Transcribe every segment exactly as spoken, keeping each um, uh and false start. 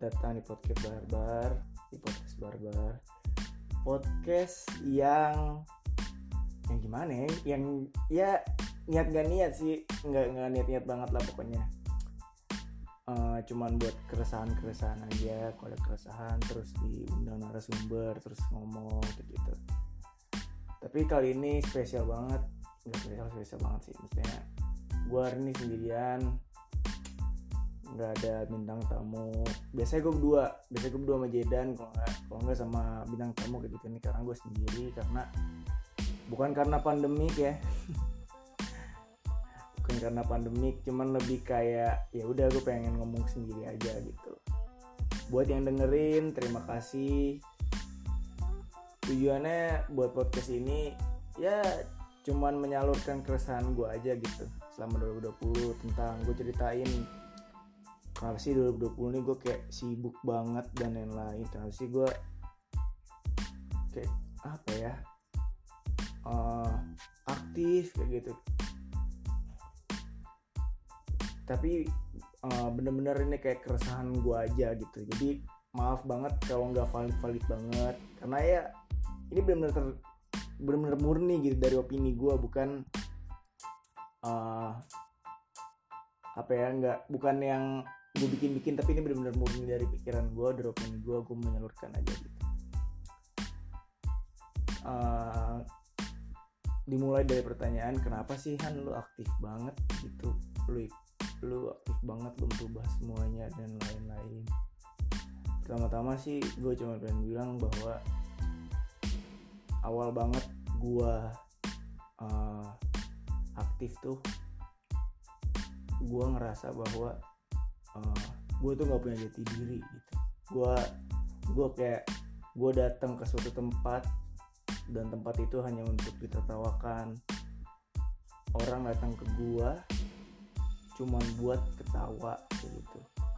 datang di podcast Barbar, di podcast Barbar. Podcast yang yang gimana ya? Yang ya niat gak niat sih, nggak nggak niat-niat banget lah pokoknya. Uh, cuman buat keresahan-keresahan aja, kalau ada keresahan terus diundang narasumber terus ngomong gitu. Tapi kali ini spesial banget, nggak spesial spesial banget sih, maksudnya gue hari ini sendirian, nggak ada bintang tamu. Biasanya gue berdua, biasanya gue berdua sama Jedan, kalau nggak kalau nggak sama bintang tamu kayak gitu nih. Karena gue sendiri, karena bukan karena pandemik ya. Bukan karena pandemik, cuman lebih kayak ya udah gue pengen ngomong sendiri aja gitu. Buat yang dengerin, terima kasih. Tujuannya buat podcast ini ya cuman menyalurkan keresahan gue aja gitu selama dua ribu dua puluh, tentang gue ceritain kenapa sih dua ribu dua puluh ini gue kayak sibuk banget dan lain-lain. Kenapa sih gue kayak apa ya uh, aktif kayak gitu. Tapi uh, bener-bener ini kayak keresahan gue aja gitu. Jadi maaf banget kalau nggak valid-valid banget, karena ya ini bener-bener ter, bener-bener murni gitu dari opini gue, bukan uh, apa ya nggak bukan yang gue bikin-bikin, tapi ini bener-bener murni dari pikiran gue, dari opini gue, gue menyalurkan aja gitu. Uh, dimulai dari pertanyaan, kenapa sih Han lu aktif banget gitu, lu lu aktif banget, lu berubah semuanya dan lain-lain. Pertama-tama sih gue cuma pengen bilang bahwa awal banget gue uh, aktif tuh, gue ngerasa bahwa uh, gue tuh nggak punya jati diri gitu. Gue gue kayak gue datang ke suatu tempat dan tempat itu hanya untuk ditertawakan. Orang datang ke gue cuman buat ketawa gitu.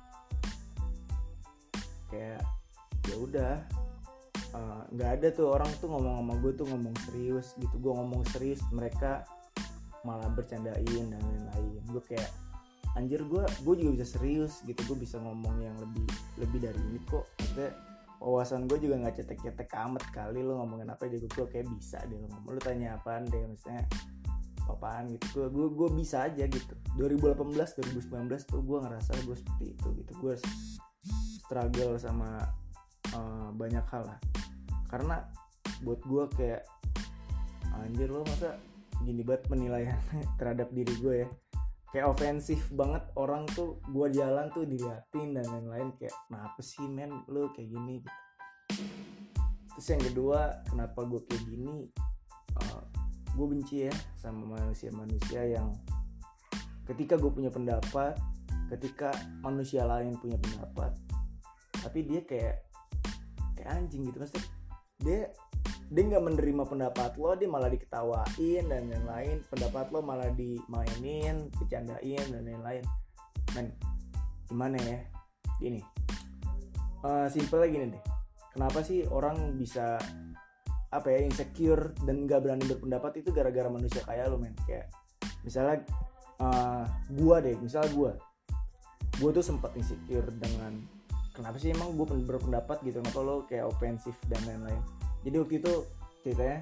Kayak ya udah, nggak uh, ada tuh orang tuh ngomong sama gue tuh ngomong serius gitu. Gue ngomong serius, mereka malah bercandain dan lain-lain. Gue kayak anjir, gue gue juga bisa serius gitu. Gue bisa ngomong yang lebih lebih dari ini kok. Maksudnya wawasan gue juga nggak cetek-cetek amat kali. Lo ngomongin apa juga gue kayak bisa deh. Lo ngomong, lo tanya apaan deh, maksudnya apaan gitu. Gue gue bisa aja gitu. dua ribu delapan belas dua ribu sembilan belas tuh gue ngerasa gue seperti itu gitu. Gue struggle sama uh, banyak hal lah. Karena buat gue kayak anjir, lo masa gini banget penilaian terhadap diri gue ya. Kayak ofensif banget, orang tuh gue jalan tuh diliatin dan lain-lain. Kayak kenapa sih men lo kayak gini gitu. Terus yang kedua, kenapa gue kayak gini, uh, gue benci ya sama manusia-manusia yang ketika gue punya pendapat, ketika manusia lain punya pendapat, tapi dia kayak kayak anjing gitu. Maksudnya dia dia nggak menerima pendapat lo, dia malah diketawain dan lain-lain. Pendapat lo malah dimainin, bercandain dan lain-lain. Men, gimana ya? Gini, uh, simpelnya gini deh. Kenapa sih orang bisa apa ya insecure dan nggak berani berpendapat itu gara-gara manusia kayak lo, men. Kayak misalnya uh, gue deh, misalnya gue, gue tuh sempat insecure dengan kenapa sih emang gue berpendapat gitu, kenapa lo kayak ofensif dan lain-lain. Jadi waktu itu ceritanya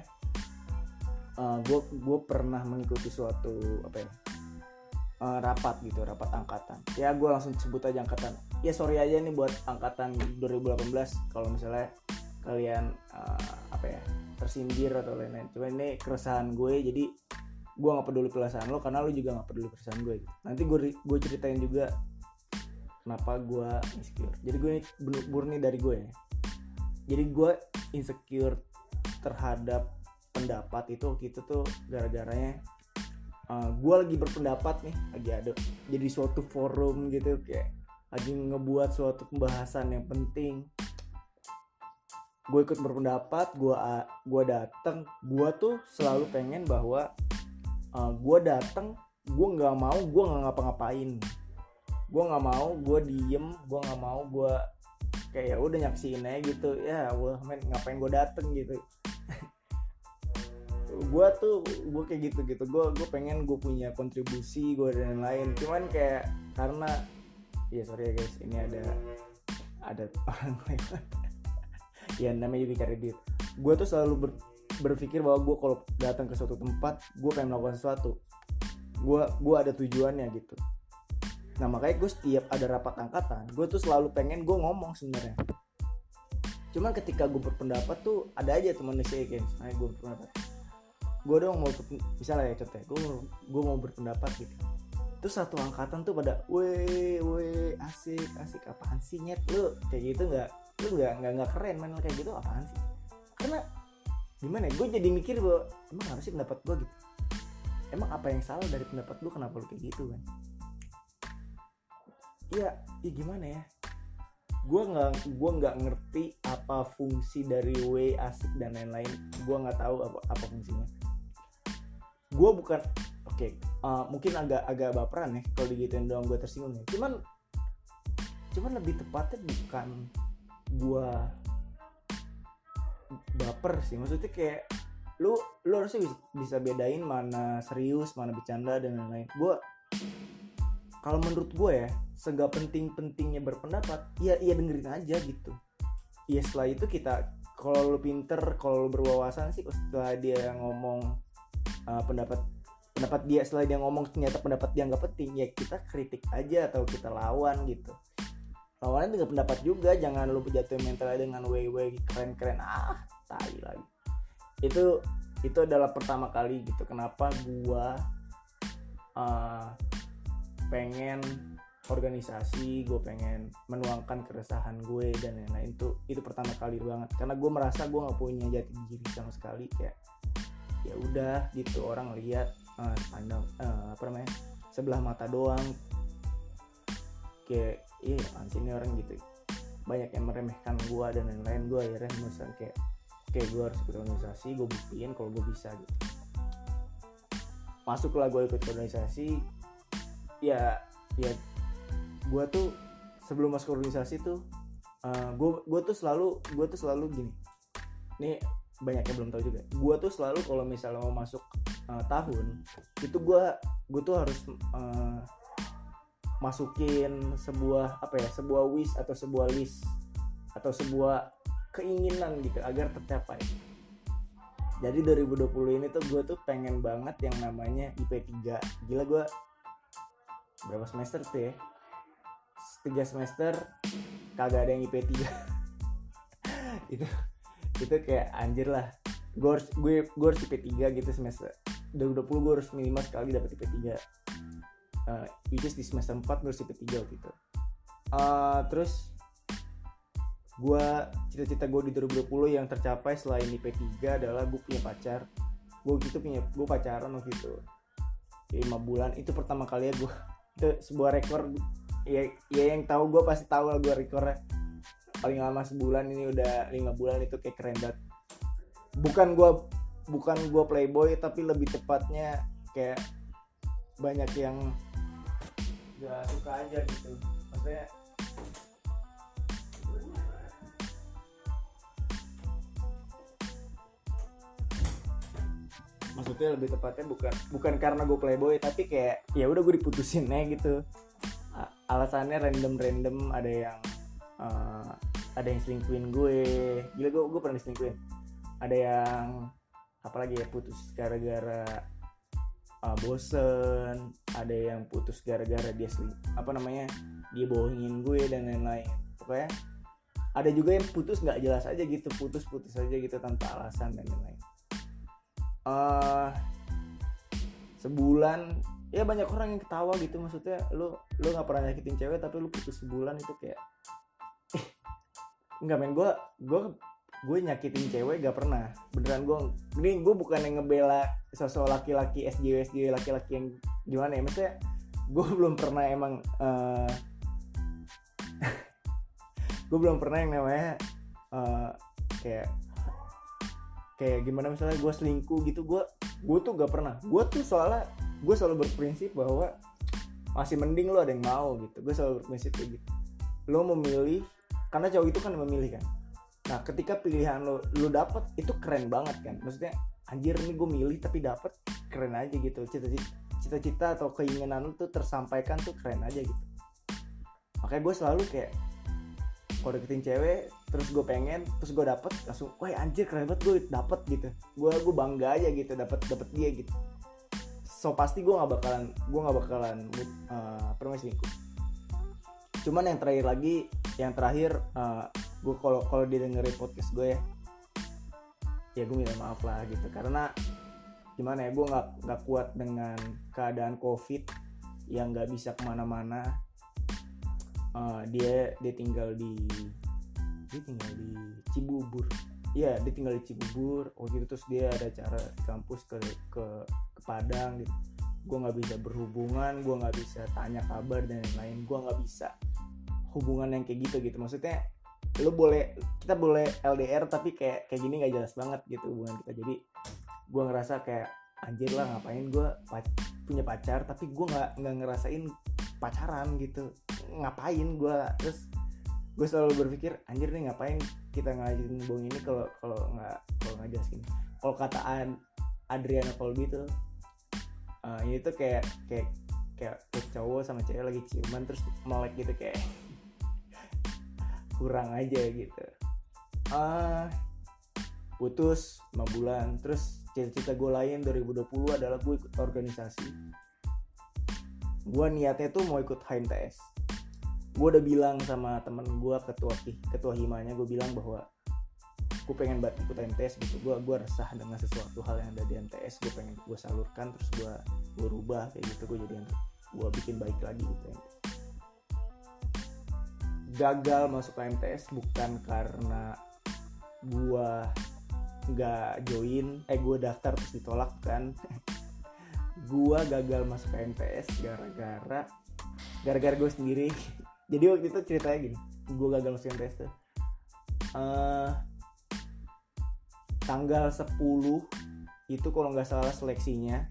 uh, gue gue pernah mengikuti suatu apa ya uh, rapat gitu, rapat angkatan. Ya gue langsung sebut aja angkatan. Ya sorry aja nih buat angkatan dua ribu delapan belas kalau misalnya kalian uh, apa ya tersindir atau lain-lain. Cuma ini keresahan gue, jadi gue nggak peduli perasaan lo karena lo juga nggak peduli perasaan gue gitu. Nanti gue gue ceritain juga kenapa gue insecure. Jadi gue murni dari gue ya. Jadi gue insecure terhadap pendapat itu waktu itu tuh gara-garanya uh, gue lagi berpendapat nih, lagi ada jadi suatu forum gitu, kayak lagi ngebuat suatu pembahasan yang penting. Gue ikut berpendapat, gue gue datang, gue tuh selalu pengen bahwa uh, gue datang, gue nggak mau gue nggak ngapa-ngapain, gue nggak mau gue diem, gue nggak mau gue kayak ya udah nyaksiin aja gitu. Ya wah men, ngapain gue dateng gitu. Gue tuh gue kayak gitu gitu gue gue pengen gue punya kontribusi gue dan lain. Cuman kayak karena ya sorry ya guys, ini ada ada orang lewat ya namanya juga cari duit. Gue tuh selalu ber, berpikir bahwa gue kalau datang ke suatu tempat gue pengen melakukan sesuatu, gue gue ada tujuannya gitu. Nah makanya gue setiap ada rapat angkatan gue tuh selalu pengen gue ngomong sebenarnya. Cuman ketika gue berpendapat tuh ada aja teman saya kayak misalnya gue berpendapat, gue dong mau misalnya ya contohnya gue gue mau berpendapat gitu, terus satu angkatan tuh pada weh weh asik asik apaan sih nyet lu kayak gitu, nggak lu nggak nggak nggak keren man kayak gitu apaan sih. Karena gimana ya, gue jadi mikir bahwa emang apa sih pendapat gue gitu, emang apa yang salah dari pendapat lu, kenapa lu kayak gitu kan. Iya ya gimana ya, gue nggak gue nggak ngerti apa fungsi dari W asik dan lain-lain, gue nggak tahu apa apa fungsinya. Gue bukan oke okay, uh, mungkin agak agak baperan ya kalau digituin doang gue tersinggung ya. Cuman cuman lebih tepatnya bukan gue baper sih, maksudnya kayak lu lu harusnya bisa, bisa bedain mana serius mana bercanda dan lain-lain. Gue kalau menurut gue ya segak penting-pentingnya berpendapat ya iya dengerin aja gitu. Ya setelah itu kita kalau lu pinter kalau lu berwawasan sih setelah dia ngomong uh, pendapat pendapat dia setelah dia ngomong ternyata pendapat dia nggak penting ya kita kritik aja atau kita lawan gitu. Lawannya dengan pendapat juga, jangan lu jatuh mentalnya dengan wey-wey keren-keren ah tai lagi. Itu itu adalah pertama kali gitu kenapa gua uh, pengen organisasi, gue pengen menuangkan keresahan gue dan lain-lain. Itu itu pertama kali banget karena gue merasa gue nggak punya jati diri sama sekali, kayak ya udah gitu orang lihat uh, pandang uh, apa namanya sebelah mata doang, kayak iya apaan sih ini orang gitu, banyak yang meremehkan gue dan lain-lain. Gue akhirnya misalnya kayak oke gue harus ikut organisasi, gue buktiin kalau gue bisa gitu. Masuklah gue ikut organisasi. Ya ya gue tuh sebelum masuk organisasi tuh uh, gue gue tuh selalu gue tuh selalu gini, ini banyak yang belum tahu juga, gue tuh selalu kalau misalnya mau masuk uh, tahun itu gue gue tuh harus uh, masukin sebuah apa ya sebuah wish atau sebuah list atau sebuah keinginan gitu agar tercapai. Jadi dua ribu dua puluh ini tuh gue tuh pengen banget yang namanya I P tiga. Gila, gue berapa semester tuh ya, tiga semester kagak ada yang I P tiga. itu itu kayak anjir lah, gue harus gue gue harus I P tiga gitu semester dua ribu dua puluh. Gue harus minimal sekali dapat I P tiga, uh, which is di semester empat gue harus I P tiga gitu. Uh, terus gue cita-cita gue di dua ribu dua puluh yang tercapai selain I P tiga adalah gue punya pacar. Gue gitu punya gue pacaran waktu itu lima bulan. Itu pertama kali ya gue, itu sebuah rekor ya, ya yang tahu gue pasti tahu lah gue rekornya paling lama sebulan, ini udah lima bulan. Itu kayak keren banget. Bukan gue bukan gue playboy, tapi lebih tepatnya kayak banyak yang gak suka aja gitu, maksudnya maksudnya lebih tepatnya bukan bukan karena gue playboy, tapi kayak ya udah gue diputusin aja gitu. Alasannya random-random, ada yang uh, ada yang selingkuhin gue, gila gue gue pernah diselingkuhin. Ada yang apalagi ya putus gara-gara uh, bosen, ada yang putus gara-gara dia seling apa namanya dia bohongin gue dan lain-lain. Pokoknya ada juga yang putus nggak jelas aja gitu, putus-putus aja gitu tanpa alasan dan lain-lain. Uh, sebulan ya banyak orang yang ketawa gitu, maksudnya lu lu nggak pernah nyakitin cewek tapi lu putus sebulan, itu kayak nggak men, gue gue gue nyakitin cewek gak pernah beneran. Gue ini gue bukan yang ngebela sosok laki-laki S J W S J W laki-laki yang gimana ya, maksudnya gue belum pernah emang uh, gue belum pernah yang namanya uh, kayak kayak gimana misalnya gue selingkuh gitu. Gue gue tuh gak pernah. Gue tuh soalnya gue selalu berprinsip bahwa masih mending lo ada yang mau gitu. Gue selalu berprinsip kayak gitu. Lo memilih, karena cowok itu kan memilih kan. Nah ketika pilihan lo lo dapet, itu keren banget kan. Maksudnya anjir nih gue milih tapi dapet, keren aja gitu. Cita-cita, cita-cita atau keinginan lo tuh tersampaikan tuh keren aja gitu. Makanya gue selalu kayak kalau deketin cewek terus gue pengen terus gue dapet langsung wah anjir keren banget gue dapet gitu, gue gue bangga aja gitu dapet dapet dia gitu. So pasti gue nggak bakalan gue nggak bakalan uh, pernah selingkuh. Cuman yang terakhir lagi yang terakhir uh, gue kalau kalau dia dengerin podcast gue ya ya gue minta maaf lah gitu, karena gimana ya, gue nggak nggak kuat dengan keadaan covid yang nggak bisa kemana-mana. uh, dia dia tinggal di dia tinggal di Cibubur, iya dia tinggal di Cibubur waktu itu, terus dia ada acara di kampus ke ke ke Padang gitu. Gue nggak bisa berhubungan, gue nggak bisa tanya kabar dan lain-lain, gue nggak bisa hubungan yang kayak gitu gitu. Maksudnya lo boleh, kita boleh L D R tapi kayak kayak gini nggak jelas banget gitu hubungan kita. Jadi gue ngerasa kayak anjir lah, ngapain gue pac- punya pacar tapi gue nggak nggak ngerasain pacaran gitu, ngapain gue. Terus gue selalu berpikir anjir nih ngapain kita ngajarin hubungan ini kalau kalau nggak kalau nggak jelas gini. Kalau kataan Adriana Colby tuh uh, ini tuh kayak kayak kayak cowok sama cewek lagi ciuman terus melek gitu, kayak kurang aja gitu. Uh, putus lima bulan. Terus cita-cita gue lain dua ribu dua puluh adalah gue ikut organisasi. Gue niatnya tuh mau ikut H M T S. Gue udah bilang sama temen gue, ketua ketua himanya, gue bilang bahwa gue pengen banget ikut H M T S gitu. Gue gue resah dengan sesuatu hal yang ada di M T S. Gue pengen gue salurkan, terus gue gue rubah kayak gitu. Gue jadi gue bikin baik lagi gitu. Gagal masuk H M T S bukan karena gue nggak join, eh gue daftar terus ditolak kan. Gue gagal masuk H M T S gara-gara gara-gara gue sendiri. Jadi waktu itu ceritanya gini, gue gagal masuk H M T S tuh uh, tanggal sepuluh itu kalau nggak salah seleksinya,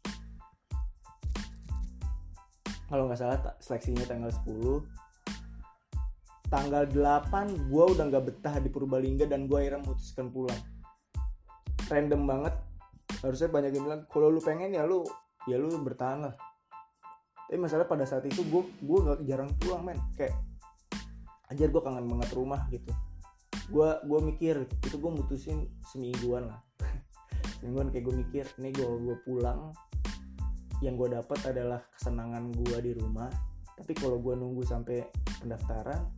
kalau nggak salah seleksinya tanggal sepuluh. Tanggal delapan gue udah nggak betah di Purbalingga dan gue akhirnya memutuskan pulang. Random banget. Harusnya banyak yang bilang kalau lu pengen ya lu ya lu bertahan lah. Tapi masalah pada saat itu gue gue nggak jarang pulang men, kayak anjir gue kangen banget rumah gitu. Gue gue mikir itu gue mutusin semingguan lah. Semingguan kayak gue mikir ini gue gue pulang yang gue dapat adalah kesenangan gue di rumah. Tapi kalau gue nunggu sampai pendaftaran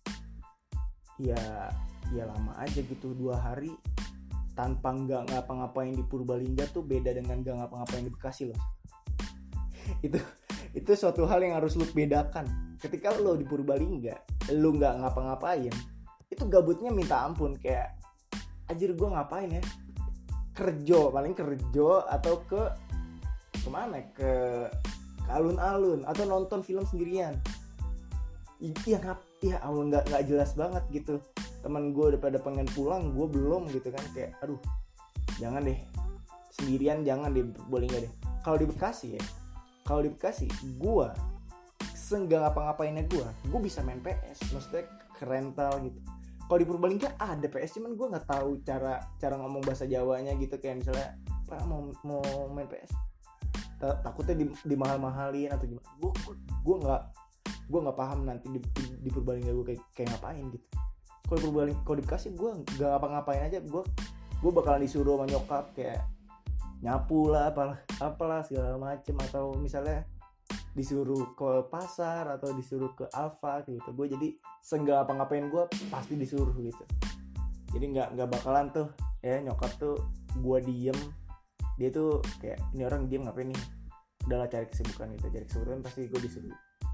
ya ya lama aja gitu. Dua hari tanpa nggak ngapa-ngapain di Purbalingga tuh beda dengan nggak ngapa-ngapain di Bekasi loh. itu itu suatu hal yang harus lu bedakan. Ketika lo di Purbalingga lu nggak ngapa-ngapain, itu gabutnya minta ampun, kayak anjir gue ngapain ya, kerjo paling kerjo atau ke kemana ke ke alun-alun atau nonton film sendirian. Iya ngap ya Allah, nggak nggak jelas banget gitu. Teman gue udah pada pengen pulang, gue belum gitu kan, kayak aduh jangan deh sendirian, jangan deh, boleh nggak deh. Kalau di Bekasi ya, kalau di Bekasi gue seenggak ngapa-ngapainnya gue gue bisa main P S, maksudnya ke rental gitu. Kalau di Purbalingga ada P S, cuman gue nggak tahu cara cara ngomong bahasa Jawanya gitu, kayak misalnya Pak mau mau main P S, takutnya di, di mahal-mahalin atau gimana. Gue gue nggak gue nggak paham nanti di, di, di Purbalingga gue kayak, kayak ngapain gitu. Kalau di Purbalingga, kalau di Bekasi gue nggak ngapa-ngapain aja, gue gue bakalan disuruh sama nyokap kayak nyapu lah apalah apalah segala macem, atau misalnya disuruh ke pasar atau disuruh ke Alfa gitu. Gue jadi seenggak ngapa-ngapain gue pasti disuruh gitu. Jadi nggak nggak bakalan tuh ya nyokap tuh gue diem, dia tuh kayak ini orang diem ngapain nih, udahlah cari kesibukan gitu, cari kesibukan pasti gue disuruh.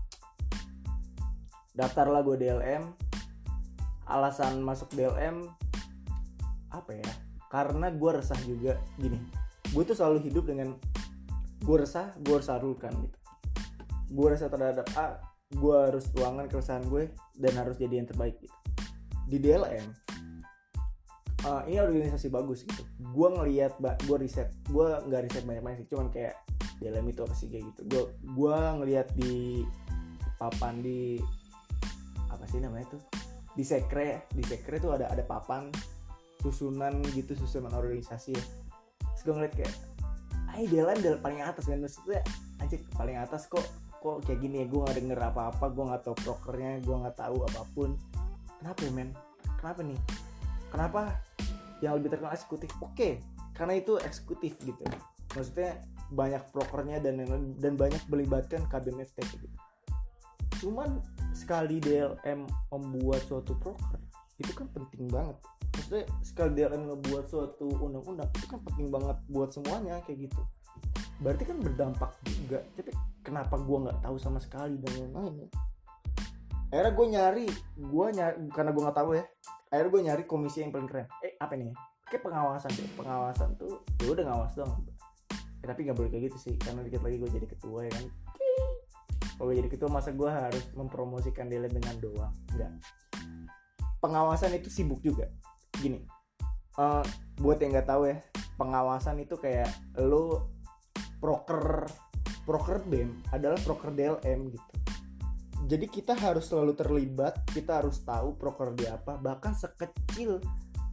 Daftarlah gue D L M. Alasan masuk D L M apa ya, karena gue resah juga gini. Gue tuh selalu hidup dengan gue resah, gue harus salurkan gitu. Gue resah terhadap A, gue harus tuangkan keresahan gue dan harus jadi yang terbaik gitu. Di D L M uh, ini organisasi bagus gitu. Gue ngelihat, gue riset, gue nggak riset banyak-banyak sih, cuman kayak D L M itu apa sih kayak gitu. Gue gue ngelihat di papan di apa sih namanya tuh, di sekre, di sekre tuh ada ada papan susunan gitu, susunan organisasi. Terus gue ngeliat kayak, ay D L M dari paling atas kan, maksudnya anjir paling atas kok kok kayak gini ya, gue nggak denger apa-apa, gue nggak tahu prokernya, gue nggak tahu apapun. kenapa ya men, kenapa nih, kenapa yang lebih terkenal eksekutif? Oke, karena itu eksekutif gitu, maksudnya banyak prokernya dan dan banyak melibatkan kabinet gitu. Cuman sekali D L M membuat suatu proker itu kan penting banget, maksudnya sekali D L M ngebuat suatu undang-undang itu kan penting banget buat semuanya kayak gitu, berarti kan berdampak juga. Tapi kenapa gue nggak tahu sama sekali dan lain-lain ya? Akhirnya gue nyari, gue nyari karena gue nggak tahu ya. Akhirnya gue nyari komisi yang paling keren. Eh apa nih? Kayak pengawasan deh. Pengawasan tuh, ya udah ngawas doang. Eh, tapi nggak boleh kayak gitu sih, karena dikit lagi gue jadi ketua ya kan. Kalau jadi ketua masa gue harus mempromosikan D L M dengan doang? Enggak. Pengawasan itu sibuk juga. Gini, uh, buat yang nggak tahu ya, pengawasan itu kayak lo proker proker B E M adalah proker D L M gitu. Jadi kita harus selalu terlibat, kita harus tahu proker dia apa, bahkan sekecil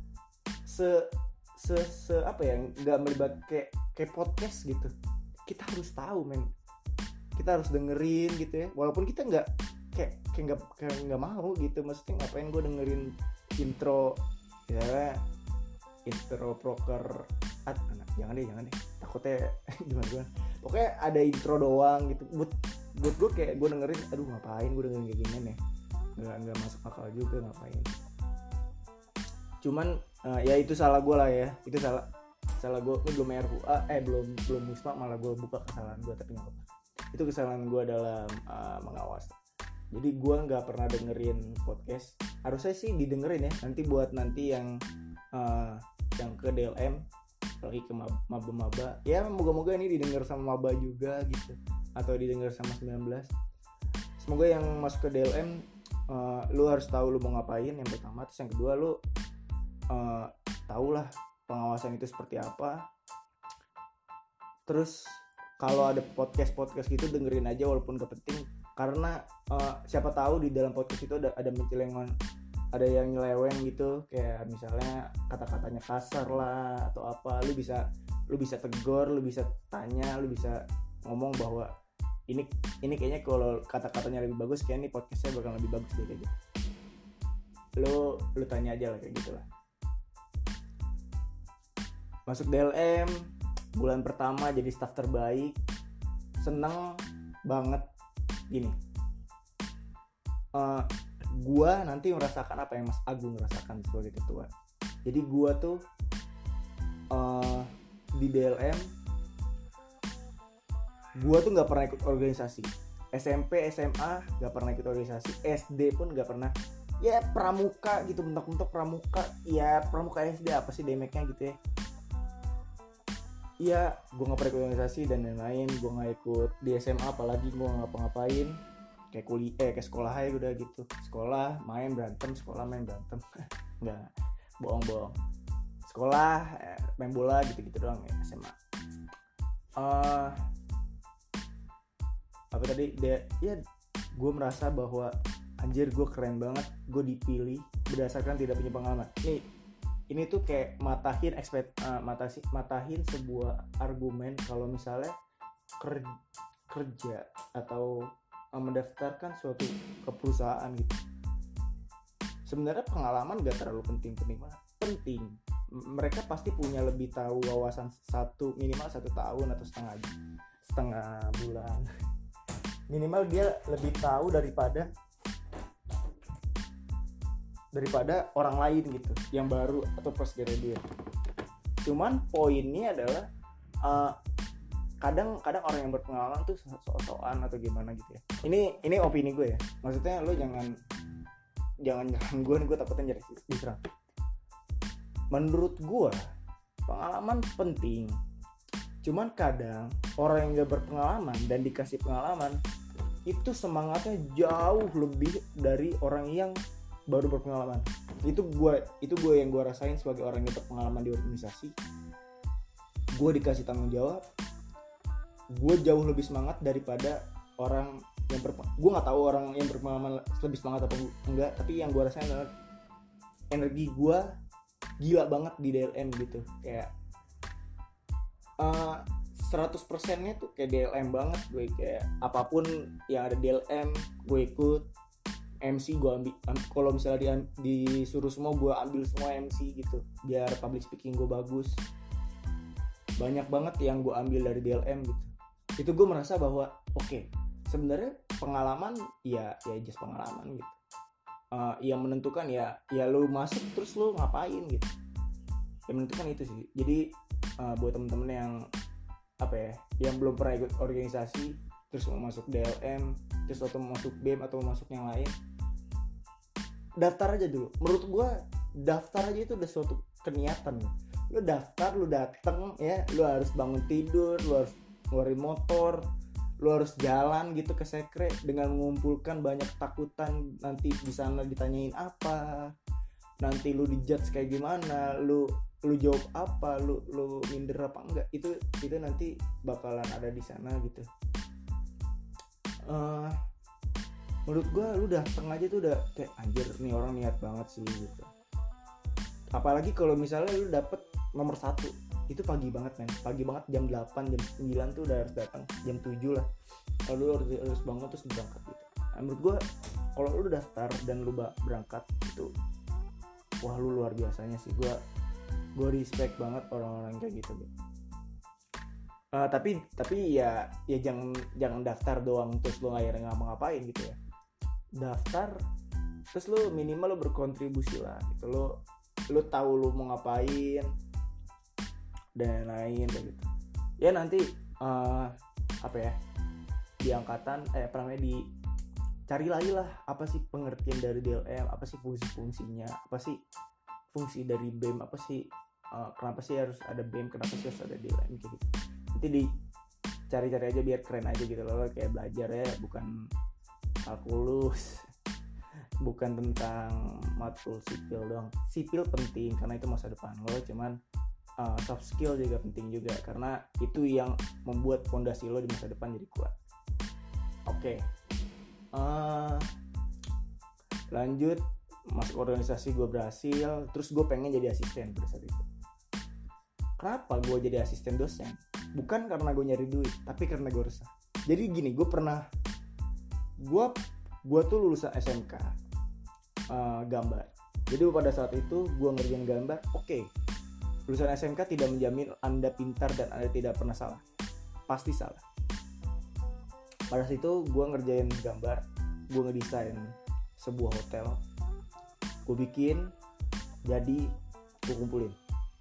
se se, se apa ya, nggak melibat kayak kayak podcast gitu. Kita harus tahu men, kita harus dengerin gitu ya, walaupun kita nggak kayak kayak nggak kayak nggak mau gitu, maksudnya ngapain gue dengerin intro ya, intro proker at, jangan deh jangan deh takutnya gimana gimana. Pokoknya ada intro doang gitu. Buat buat gue kayak gue dengerin, aduh ngapain gue dengerin kayak gini nih, nggak nggak masuk akal juga ngapain. Cuman uh, ya itu salah gue lah ya, itu salah salah gue. Ini belum R U A eh belum belum musma malah gue buka kesalahan gue, tapi nggak apa-apa. Itu kesalahan gue dalam uh, mengawas. Jadi gue nggak pernah dengerin podcast. Harusnya sih didengerin ya. Nanti buat nanti yang uh, yang ke D L M lagi ke maba-maba ya, moga-moga ini didengar sama maba juga gitu, atau didengar sama sembilan belas. Semoga yang masuk ke D L M uh, lu harus tahu lu mau ngapain yang pertama. Terus yang kedua lu uh, tahulah pengawasan itu seperti apa. Terus kalau ada podcast-podcast gitu dengerin aja walaupun gak penting, karena uh, siapa tahu di dalam podcast itu ada ada mencelengan, ada yang nyeleweng gitu, kayak misalnya kata-katanya kasar lah atau apa, lu bisa lu bisa tegur, lu bisa tanya, lu bisa ngomong bahwa ini ini kayaknya kalau kata-katanya lebih bagus, kayak ini podcastnya bakal lebih bagus deh kayak gitu. Lu lu tanya aja lah kayak gitulah. Masuk D L M bulan pertama jadi staff terbaik, seneng banget. Gini, uh, gua nanti merasakan apa yang Mas Agung rasakan sebagai ketua. Jadi gua tuh uh, di D L M gua tuh nggak pernah ikut organisasi. S M P S M A nggak pernah ikut organisasi, S D pun nggak pernah. Ya pramuka gitu, bentuk-bentuk pramuka. Ya pramuka S D apa sih demeknya gitu ya. Iya, gue nggak pernah ikut organisasi dan lain-lain. Gue nggak ikut di S M A, apalagi gue nggak ngapa-ngapain. Kayak kuliah, eh kayak sekolah aja udah gitu. Sekolah main berantem, sekolah main berantem. Nggak, bohong-bohong. Sekolah eh, main bola gitu-gitu doang ya S M A. Uh, apa tadi? Dia, ya gue merasa bahwa anjir gue keren banget. Gue dipilih berdasarkan tidak punya pengalaman. Nih. Ini tuh kayak matahin ekspekt uh, matasi, matahin sebuah argumen kalau misalnya kerja, kerja atau uh, mendaftarkan suatu ke perusahaan gitu. Sebenarnya pengalaman gak terlalu penting-penting banget. Penting. Mereka pasti punya lebih tahu wawasan satu minimal satu tahun atau setengah setengah bulan. Minimal dia lebih tahu daripada daripada orang lain gitu yang baru atau fresh graduate. Cuman poinnya adalah uh, kadang kadang orang yang berpengalaman tuh sok-sokan atau gimana gitu ya. Ini ini opini gue ya. Maksudnya lo jangan jangan nyerang gue, gue takutnya nyerang diserang. Menurut gue pengalaman penting. Cuman kadang orang yang gak berpengalaman dan dikasih pengalaman itu semangatnya jauh lebih dari orang yang baru berpengalaman. Itu gue itu gue yang gue rasain sebagai orang yang berpengalaman di organisasi. Gue dikasih tanggung jawab, gue jauh lebih semangat daripada orang yang berpengalaman. Gue nggak tahu orang yang berpengalaman lebih semangat apa enggak, tapi yang gue rasain adalah energi gue gila banget di D L M gitu. Kayak uh, seratus persennya tuh kayak D L M banget. Gue kayak apapun yang ada D L M gue ikut. M C gue ambil, am- kalau misalnya di, disuruh semua gue ambil semua M C gitu biar public speaking gue bagus. Banyak banget yang gue ambil dari D L M gitu. Itu gue merasa bahwa oke, okay, sebenarnya pengalaman ya ya just pengalaman gitu. Uh, yang menentukan ya ya lu masuk terus lu ngapain gitu. Yang menentukan itu sih. Jadi uh, buat temen-temen yang apa ya, yang belum pernah ikut organisasi terus mau masuk D L M, terus atau mau masuk B E M atau mau masuk yang lain, daftar aja dulu. Menurut gue daftar aja itu udah suatu keniatan. Lu daftar, lu dateng ya, lu harus bangun tidur, lu harus ngeluarin motor, lu harus jalan gitu ke sekre dengan mengumpulkan banyak ketakutan nanti di sana ditanyain apa, nanti lu dijudge kayak gimana, lu lu jawab apa, lu lu minder apa enggak, itu itu nanti bakalan ada di sana gitu. Uh, menurut gue lu dateng aja tuh udah kayak anjir nih orang niat banget sih gitu. Apalagi kalau misalnya lu dapet nomor satu, itu pagi banget men, pagi banget jam delapan, jam sembilan tuh udah harus datang, jam tujuh lah kalau lu harus, harus bangun terus berangkat gitu. Nah, menurut gue kalau lu daftar dan lu berangkat itu wah lu luar biasanya sih. Gue gue respect banget orang-orang kayak gitu gitu. Uh, tapi tapi ya ya jangan jangan daftar doang terus lu akhirnya nggak mau ngapain gitu ya. Daftar terus lu minimal lu berkontribusi lah gitu, lu lu tahu lu mau ngapain dan lain-lain kayak gitu ya. Nanti uh, apa ya, di angkatan eh apa namanya di cari lagi lah apa sih pengertian dari D L M, apa sih fungsi-fungsinya, apa sih fungsi dari B E M, apa sih uh, kenapa sih harus ada B E M, kenapa sih harus ada D L M kayak gitu. Nanti dicari-cari aja biar keren aja gitu loh, kayak belajar ya bukan kalkulus, bukan tentang matkul sipil doang. Sipil penting karena itu masa depan lo, cuman uh, soft skill juga penting juga karena itu yang membuat fondasi lo di masa depan jadi kuat. Oke, okay. uh, lanjut masuk organisasi, gue berhasil, terus gue pengen jadi asisten pada saat itu. Kenapa gue jadi asisten dosen? Bukan karena gue nyari duit, tapi karena gue resah. Jadi gini, gue pernah gue gue tuh lulusan S M K uh, gambar. Jadi pada saat itu gue ngerjain gambar. Oke, okay, lulusan S M K tidak menjamin Anda pintar dan Anda tidak pernah salah. Pasti salah. Pada saat itu gue ngerjain gambar, gue ngedesain sebuah hotel, gue bikin, jadi gue kumpulin.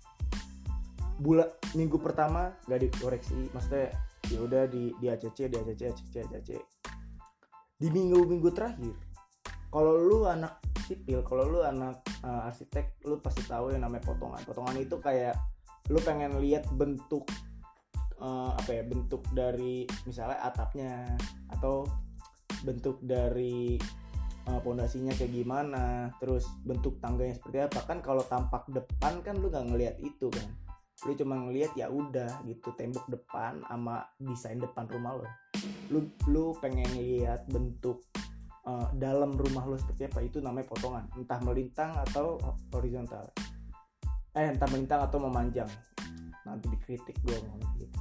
Bulan minggu pertama gak dikoreksi, maksudnya ya udah di di A C C, di A C C, A C C, A C C. Di minggu-minggu terakhir, kalau lu anak sipil, kalau lu anak uh, arsitek, lu pasti tahu yang namanya potongan. Potongan itu kayak lu pengen lihat bentuk uh, apa ya, bentuk dari misalnya atapnya atau bentuk dari uh, pondasinya kayak gimana, terus bentuk tangganya seperti apa. Kan kalau tampak depan kan lu nggak ngelihat itu kan, lu cuma ngelihat ya udah gitu tembok depan sama desain depan rumah lo. Lu lu pengen lihat bentuk uh, dalam rumah lo seperti apa, itu namanya potongan, entah melintang atau horizontal. Eh entah melintang atau memanjang. Nanti dikritik gue ngomong gitu.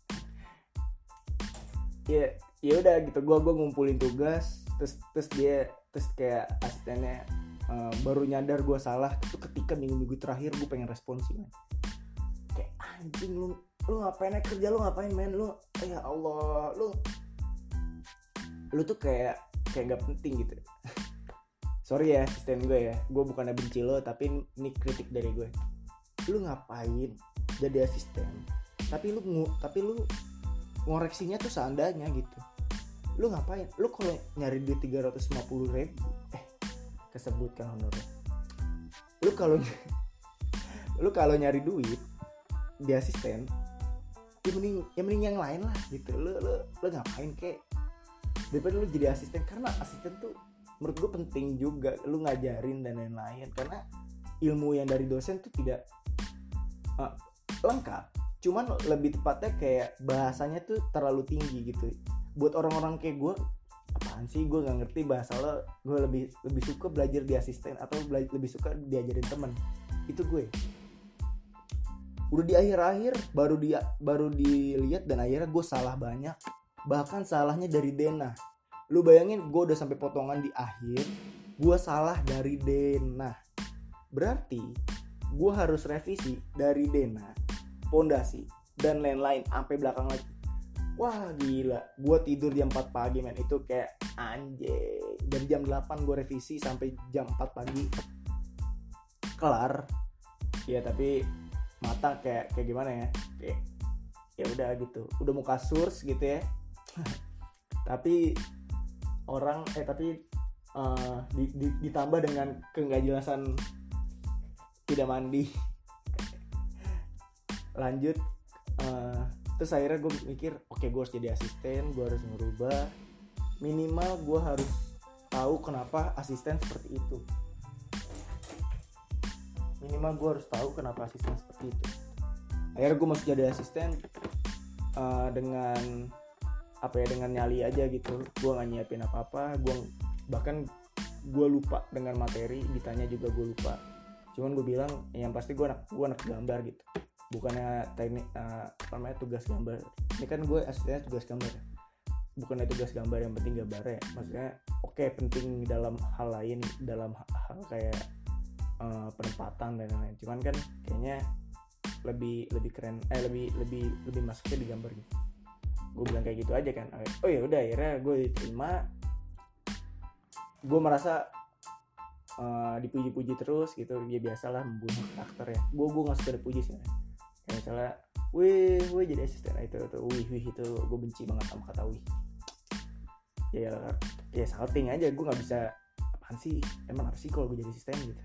ya ya udah gitu, gue gue ngumpulin tugas, terus terus dia terus kayak asistennya uh, baru nyadar gue salah itu ketika minggu-minggu terakhir gue pengen responsif. Kayak anjing lu lu ngapain aja kerja, lu ngapain men, lu ya Allah lu lu tuh kayak kayak nggak penting gitu. Sorry ya asisten gue ya, gue bukannya benci lo, tapi ini kritik dari gue. Lu ngapain jadi asisten tapi lu tapi lu ngoreksinya tuh seandainya gitu. Lu ngapain, lu kalau nyari duit tiga ratus lima puluh ribu eh kesebutkan honornya, lu kalau lu kalau nyari duit di asisten ya mending ya mending yang lain lah gitu. Lu lu lu ngapain kek daripada lu jadi asisten, karena asisten tuh menurut gue penting juga, lu ngajarin dan lain-lain, karena ilmu yang dari dosen tuh tidak uh, lengkap, cuman lebih tepatnya kayak bahasanya tuh terlalu tinggi gitu. Buat orang-orang kayak gue, apaan sih gue nggak ngerti bahasa lo, gue lebih lebih suka belajar di asisten atau bela- lebih suka diajarin temen. Itu gue udah di akhir-akhir baru dia baru dilihat dan akhirnya gue salah banyak, bahkan salahnya dari Dena. Lu bayangin gue udah sampai potongan di akhir, gue salah dari denah. Berarti gue harus revisi dari denah, pondasi, dan lain-lain sampai belakang lagi. Wah gila, gue tidur jam empat pagi men. Itu kayak anjing. Dari jam delapan gue revisi sampai jam empat pagi. Kelar. Ya tapi mata kayak kayak gimana ya? Kayak ya udah gitu. Udah mau kasur gitu ya. Tapi orang eh tapi uh, di, di, ditambah dengan kegagalan tidak mandi. Lanjut uh, terus akhirnya gue mikir oke okay, gue harus jadi asisten, gue harus merubah, minimal gue harus tahu kenapa asisten seperti itu, minimal gue harus tahu kenapa asisten seperti itu. Akhirnya gue masuk jadi asisten uh, dengan apa ya, dengan nyali aja gitu. Gue nggak nyiapin apa-apa, gue bahkan gue lupa dengan materi, ditanya juga gue lupa. Cuman gue bilang yang pasti gue anak gue anak gambar gitu, bukannya teknik uh, apa namanya tugas gambar. Ini kan gue asistennya tugas gambar, bukannya tugas gambar yang penting gambarnya. Maksudnya oke okay, penting dalam hal lain, dalam hal kayak uh, penempatan dan lain-lain. Cuman kan kayaknya lebih lebih keren, eh lebih lebih lebih masuknya di gambar gitu. Gue bilang kayak gitu aja kan. Oh ya udah, akhirnya gue diterima. Gue merasa uh, dipuji-puji terus gitu. Ya biasalah membunuh karakter ya. Gue gue nggak suka dipuji sih. Kayak misalnya, wih, wih jadi asisten nah, itu, itu, wih, wih itu gue benci banget sama kata wih. Ya, ya salting aja. Gue nggak bisa, apaan sih? Emang apa sih kalau gue jadi asisten gitu.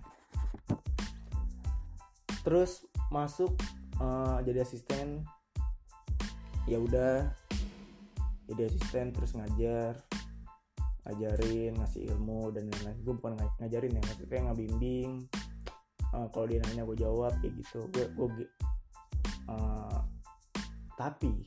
Terus masuk uh, jadi asisten. Ya udah, jadi asisten terus ngajar, ngajarin, ngasih ilmu dan lain-lain. Gue bukan ng- ngajarin ya, maksudnya ngabimbing. Uh, kalau dia nanya gue jawab kayak gitu. Gue, gue uh, tapi,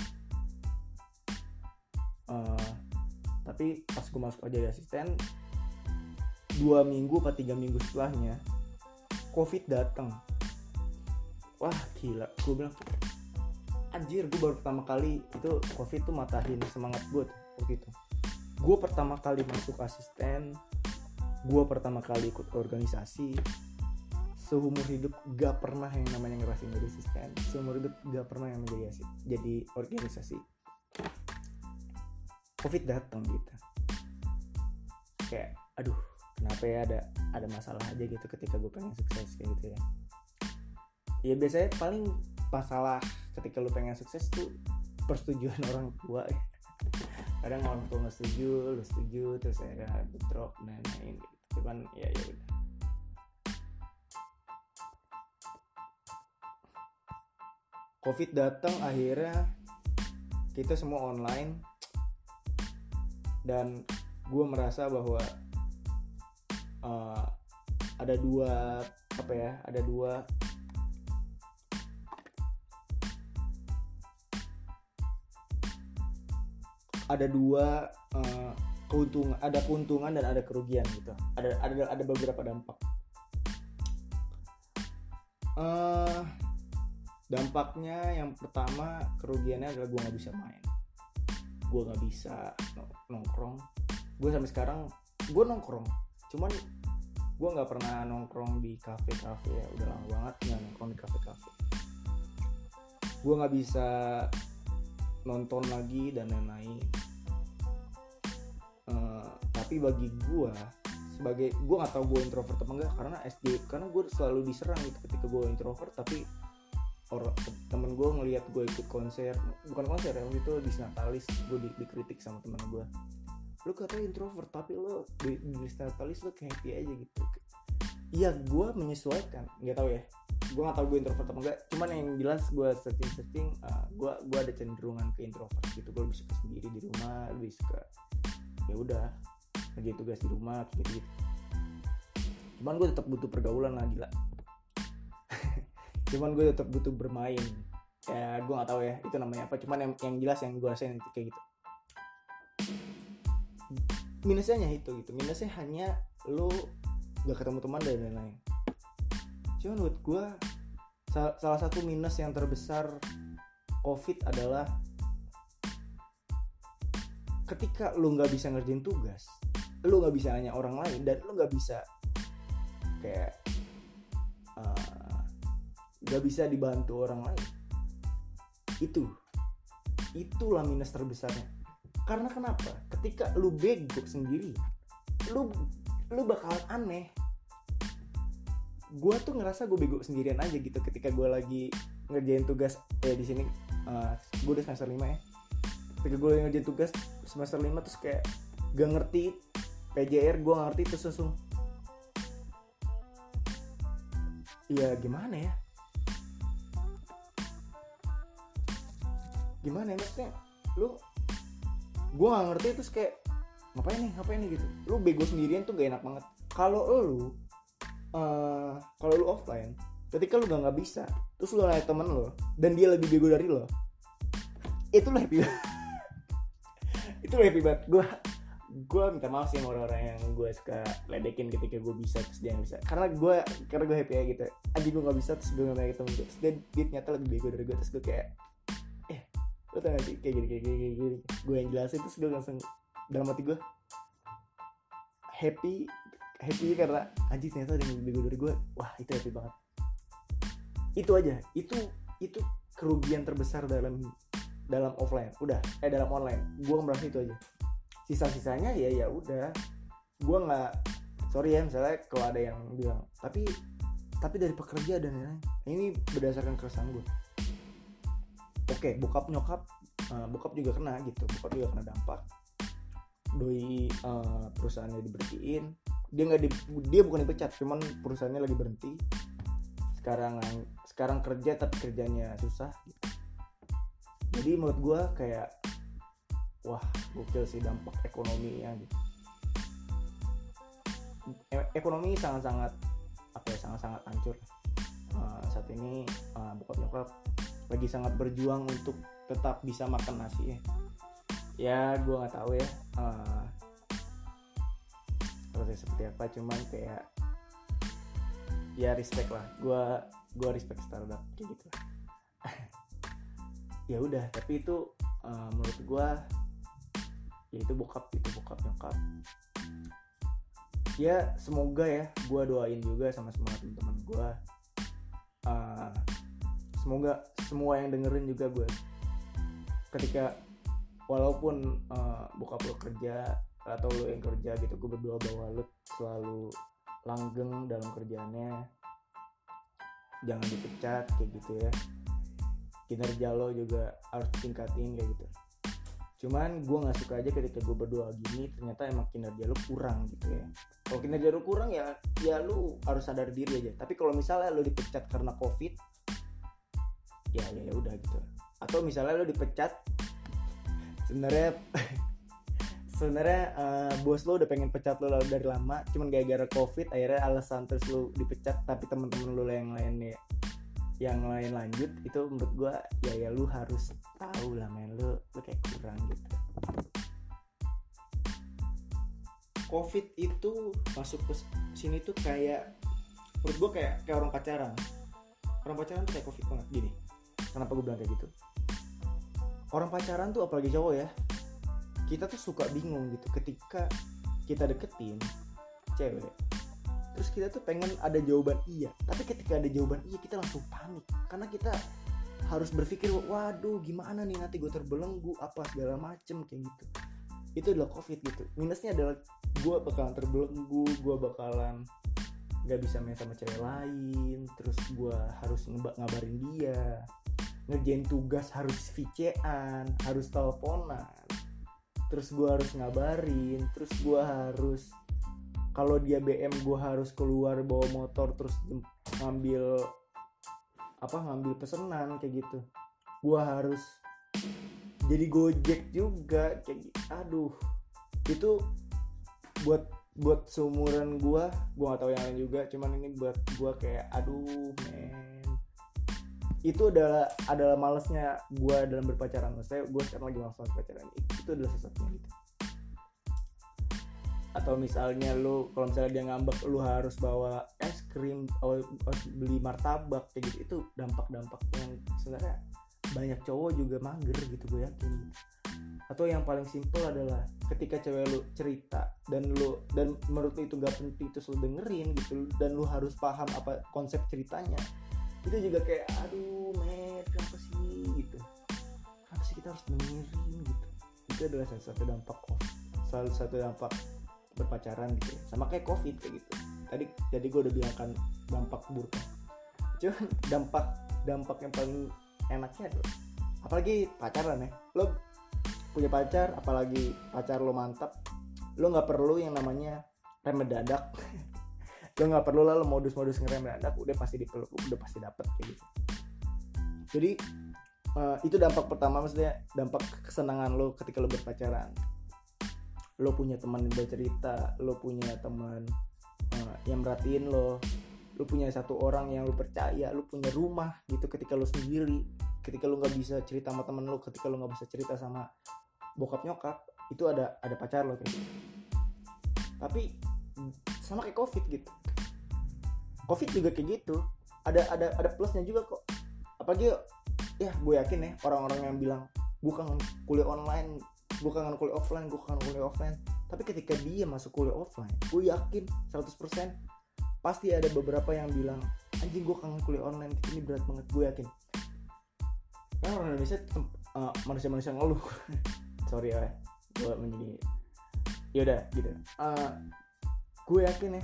uh, tapi pas gue masuk jadi asisten, dua minggu atau tiga minggu setelahnya, COVID datang. Wah gila, gue bilang anjir, gue baru pertama kali itu COVID tuh matahin semangat gue tuh waktu itu. Gue pertama kali masuk asisten, gue pertama kali ikut organisasi. Seumur hidup gak pernah yang namanya ngerasain jadi asisten. Seumur hidup gak pernah yang menjadi asisten, jadi organisasi. COVID datang gitu. Kayak aduh, kenapa ya ada ada masalah aja gitu ketika gue pengen sukses kayak gitu ya. Ya biasanya paling masalah ketika lu pengen sukses tuh persetujuan orang tua ya. Kadang orang tua nggak setuju, lu setuju, terus akhirnya drop dan lain-lain gitu. Cuman ya ya udah. COVID datang, akhirnya kita semua online dan gue merasa bahwa uh, ada dua apa ya, ada dua ada dua uh, keuntungan, ada keuntungan dan ada kerugian gitu. Ada ada ada beberapa dampak. Uh, dampaknya yang pertama, kerugiannya adalah gue nggak bisa main, gue nggak bisa nongkrong. Gue sampai sekarang gue nongkrong, cuman gue nggak pernah nongkrong di kafe-kafe ya, udah lama banget nggak nongkrong di kafe-kafe. Gue nggak bisa nonton lagi dan lain-lain. Uh, tapi bagi gue sebagai, gue nggak tahu gue introvert apa enggak karena S D, karena gue selalu diserang gitu ketika gue introvert. Tapi orang temen gue ngelihat gue ikut konser, bukan konser ya, waktu itu di Natalis gue di, dikritik sama temen gue, lu katanya introvert tapi lu di, di Natalis lu kayak happy aja gitu. Iya, gue menyesuaikan, nggak tahu ya, gue nggak tahu gue introvert apa enggak. Cuman yang jelas gue searching searching uh, gue gue ada cenderungan ke introvert gitu. Gue lebih suka sendiri di rumah, lebih suka ya udah kerja tugas di rumah gitu gitu. Cuman gue tetap butuh pergaulan lah, gila. Cuman gue tetap butuh bermain ya, gue nggak tahu ya itu namanya apa. Cuman yang yang jelas yang gue rasain itu kayak gitu. Minusnya hanya itu gitu, minusnya hanya lo gak ketemu teman dan lain-lain. Cuman buat gue sal- salah satu minus yang terbesar COVID adalah ketika lu nggak bisa ngerjain tugas, lu nggak bisa nanya orang lain, dan lu nggak bisa kayak nggak uh, bisa dibantu orang lain, itu itulah minus terbesarnya. Karena kenapa? Ketika lu bego sendiri, lu lu bakalan aneh. Gue tuh ngerasa gue bego sendirian aja gitu ketika gue lagi ngerjain tugas eh di sini uh, gue udah semester lima ya. Ketika gue ngerjain tugas semester lima terus kayak gak ngerti P J R, gue gak ngerti terus langsung ya gimana ya gimana ya maksudnya lu gue gak ngerti terus kayak ngapain nih ngapain nih gitu. Lu bego sendirian tuh gak enak banget. Kalau lu uh, kalau lu offline, ketika lu gak nggak bisa terus lu nanya temen lu dan dia lebih bego dari lo, itu lu happy banget. Itu lu happy banget. Gue gue minta maaf sih sama orang-orang yang gue suka ledekin ketika gue bisa terus dia nggak bisa, karena gue karena gue happy aja gitu. Aja gue nggak bisa terus gue nanya temen gue terus dia, dia ternyata lebih bego dari gue terus gue kayak eh lu tau gak sih kayak gini kayak gini kayak gini gue yang jelasin terus gue langsung dalam hati gue happy happy karena anjing ternyata ada yang lebih bego dari gue. Wah itu happy banget. Itu aja, itu itu kerugian terbesar dalam dalam offline. Udah eh dalam online gue merasa itu aja. Sisa-sisanya ya ya udah, gue nggak sorry ya misalnya kalau ada yang bilang tapi tapi dari pekerja dan lain-lain, ini berdasarkan keresahan gue. Oke, bokap nyokap uh, bokap juga kena gitu, bokap juga kena dampak. Doi uh, perusahaannya diberhentiin, dia nggak di, dia bukan dipecat, cuman perusahaannya lagi berhenti. Sekarang sekarang kerja tapi kerjanya susah gitu. Jadi menurut gue kayak wah gokil sih dampak ekonominya gitu. E- ekonomi sangat-sangat apa ya sangat-sangat hancur uh, saat ini. uh, bokap nyokap lagi sangat berjuang untuk tetap bisa makan nasi ya. Ya gue nggak tahu ya uh, proses seperti apa, cuman kayak ya respect lah. Gue gue respect startup kayak gitu lah. Ya udah, tapi itu uh, menurut gue ya itu bokap itu bokap nyokap. Ya semoga ya, gue doain juga sama semua teman-teman gue. Uh, semoga semua yang dengerin juga gue, ketika walaupun uh, bokap lo kerja atau lo yang kerja gitu, gue berdoa bahwa lo selalu langgeng dalam kerjaannya, jangan dipecat kayak gitu ya. Kinerja lo juga harus tingkatin kayak gitu. Cuman gue nggak suka aja ketika gue berdoa gini ternyata emang kinerja lo kurang gitu ya. Kalau kinerja lo kurang ya ya lo harus sadar diri aja. Tapi kalau misalnya lo dipecat karena covid, ya ya ya udah gitu. Atau misalnya lo dipecat sebenarnya sebenarnya uh, bos lo udah pengen pecat lo dari lama, cuman gara-gara covid akhirnya alasan terus lo dipecat, tapi teman-teman lo yang lainnya yang lain lanjut, itu menurut gue ya ya lu harus tahu lah men, lu lu kayak kurang gitu. Covid itu masuk ke sini tuh kayak menurut gue kayak kayak orang pacaran. Orang pacaran tuh kayak covid banget gini. Kenapa gue bilang kayak gitu? Orang pacaran tuh apalagi cowok ya, kita tuh suka bingung gitu ketika kita deketin cewek. Terus kita tuh pengen ada jawaban iya, tapi ketika ada jawaban iya kita langsung panik karena kita harus berpikir waduh gimana nih nanti gue terbelenggu apa segala macem kayak gitu. Itu adalah covid gitu. Minusnya adalah gue bakalan terbelenggu, gue bakalan nggak bisa main sama cewek lain, terus gue harus ngabarin dia, ngerjain tugas harus V C-an, harus teleponan, terus gue harus ngabarin, terus gue harus kalau dia B M gue harus keluar bawa motor terus ngambil apa ngambil pesanan kayak gitu. Gue harus jadi Gojek juga kayak gitu. Aduh, itu buat buat seumuran gue, gue nggak tahu yang lain juga. Cuman ini buat gue kayak aduh men, itu adalah adalah malesnya gue dalam berpacaran. Maksudnya gue sekarang lagi malas pacaran. Itu, itu adalah sesuatunya gitu. Atau misalnya lu kalau misalnya dia ngambek lu harus bawa es krim atau beli martabak kayak gitu, itu dampak-dampak yang sebenarnya banyak cowok juga mager gitu gue yakin. Atau yang paling simpel adalah ketika cewek lu cerita dan lu dan menurut lu itu gak penting terus lu dengerin gitu, dan lu harus paham apa konsep ceritanya, itu juga kayak aduh met kenapa sih gitu, kenapa sih kita harus dengerin gitu. Itu adalah salah satu dampak salah satu dampak berpacaran gitu ya. Sama kayak covid kayak gitu tadi. Jadi gue udah bilang kan dampak buruk, cuman dampak dampak yang paling enaknya adalah apalagi pacaran ya, lo punya pacar, apalagi pacar lo mantap, lo nggak perlu yang namanya rem mendadak. Lo nggak perlu lah lo modus-modus ngerem mendadak, udah pasti dipeluk, udah pasti dapet kayak gitu. Jadi uh, itu dampak pertama, maksudnya dampak kesenangan lo ketika lo berpacaran. Lo punya teman yang bercerita, lo punya teman uh, yang merhatiin lo, lo punya satu orang yang lo percaya, lo punya rumah gitu ketika lo sendiri, ketika lo nggak bisa cerita sama teman lo, ketika lo nggak bisa cerita sama bokap nyokap, itu ada ada pacar lo kayak gitu. Tapi sama kayak covid gitu, covid juga kayak gitu, ada ada ada plusnya juga kok. Apalagi ya gue yakin ya orang-orang yang bilang gue kangen kuliah online, gue kangen kuliah offline, gue kangen kuliah offline. Tapi ketika dia masuk kuliah offline, gue yakin seratus persen pasti ada beberapa yang bilang anjing gue kangen kuliah online, ini berat banget. Gue yakin kan orang Indonesia uh, manusia-manusia ngeluh. Sorry ya, gue menjadi yaudah gitu. Uh, gue yakin ya,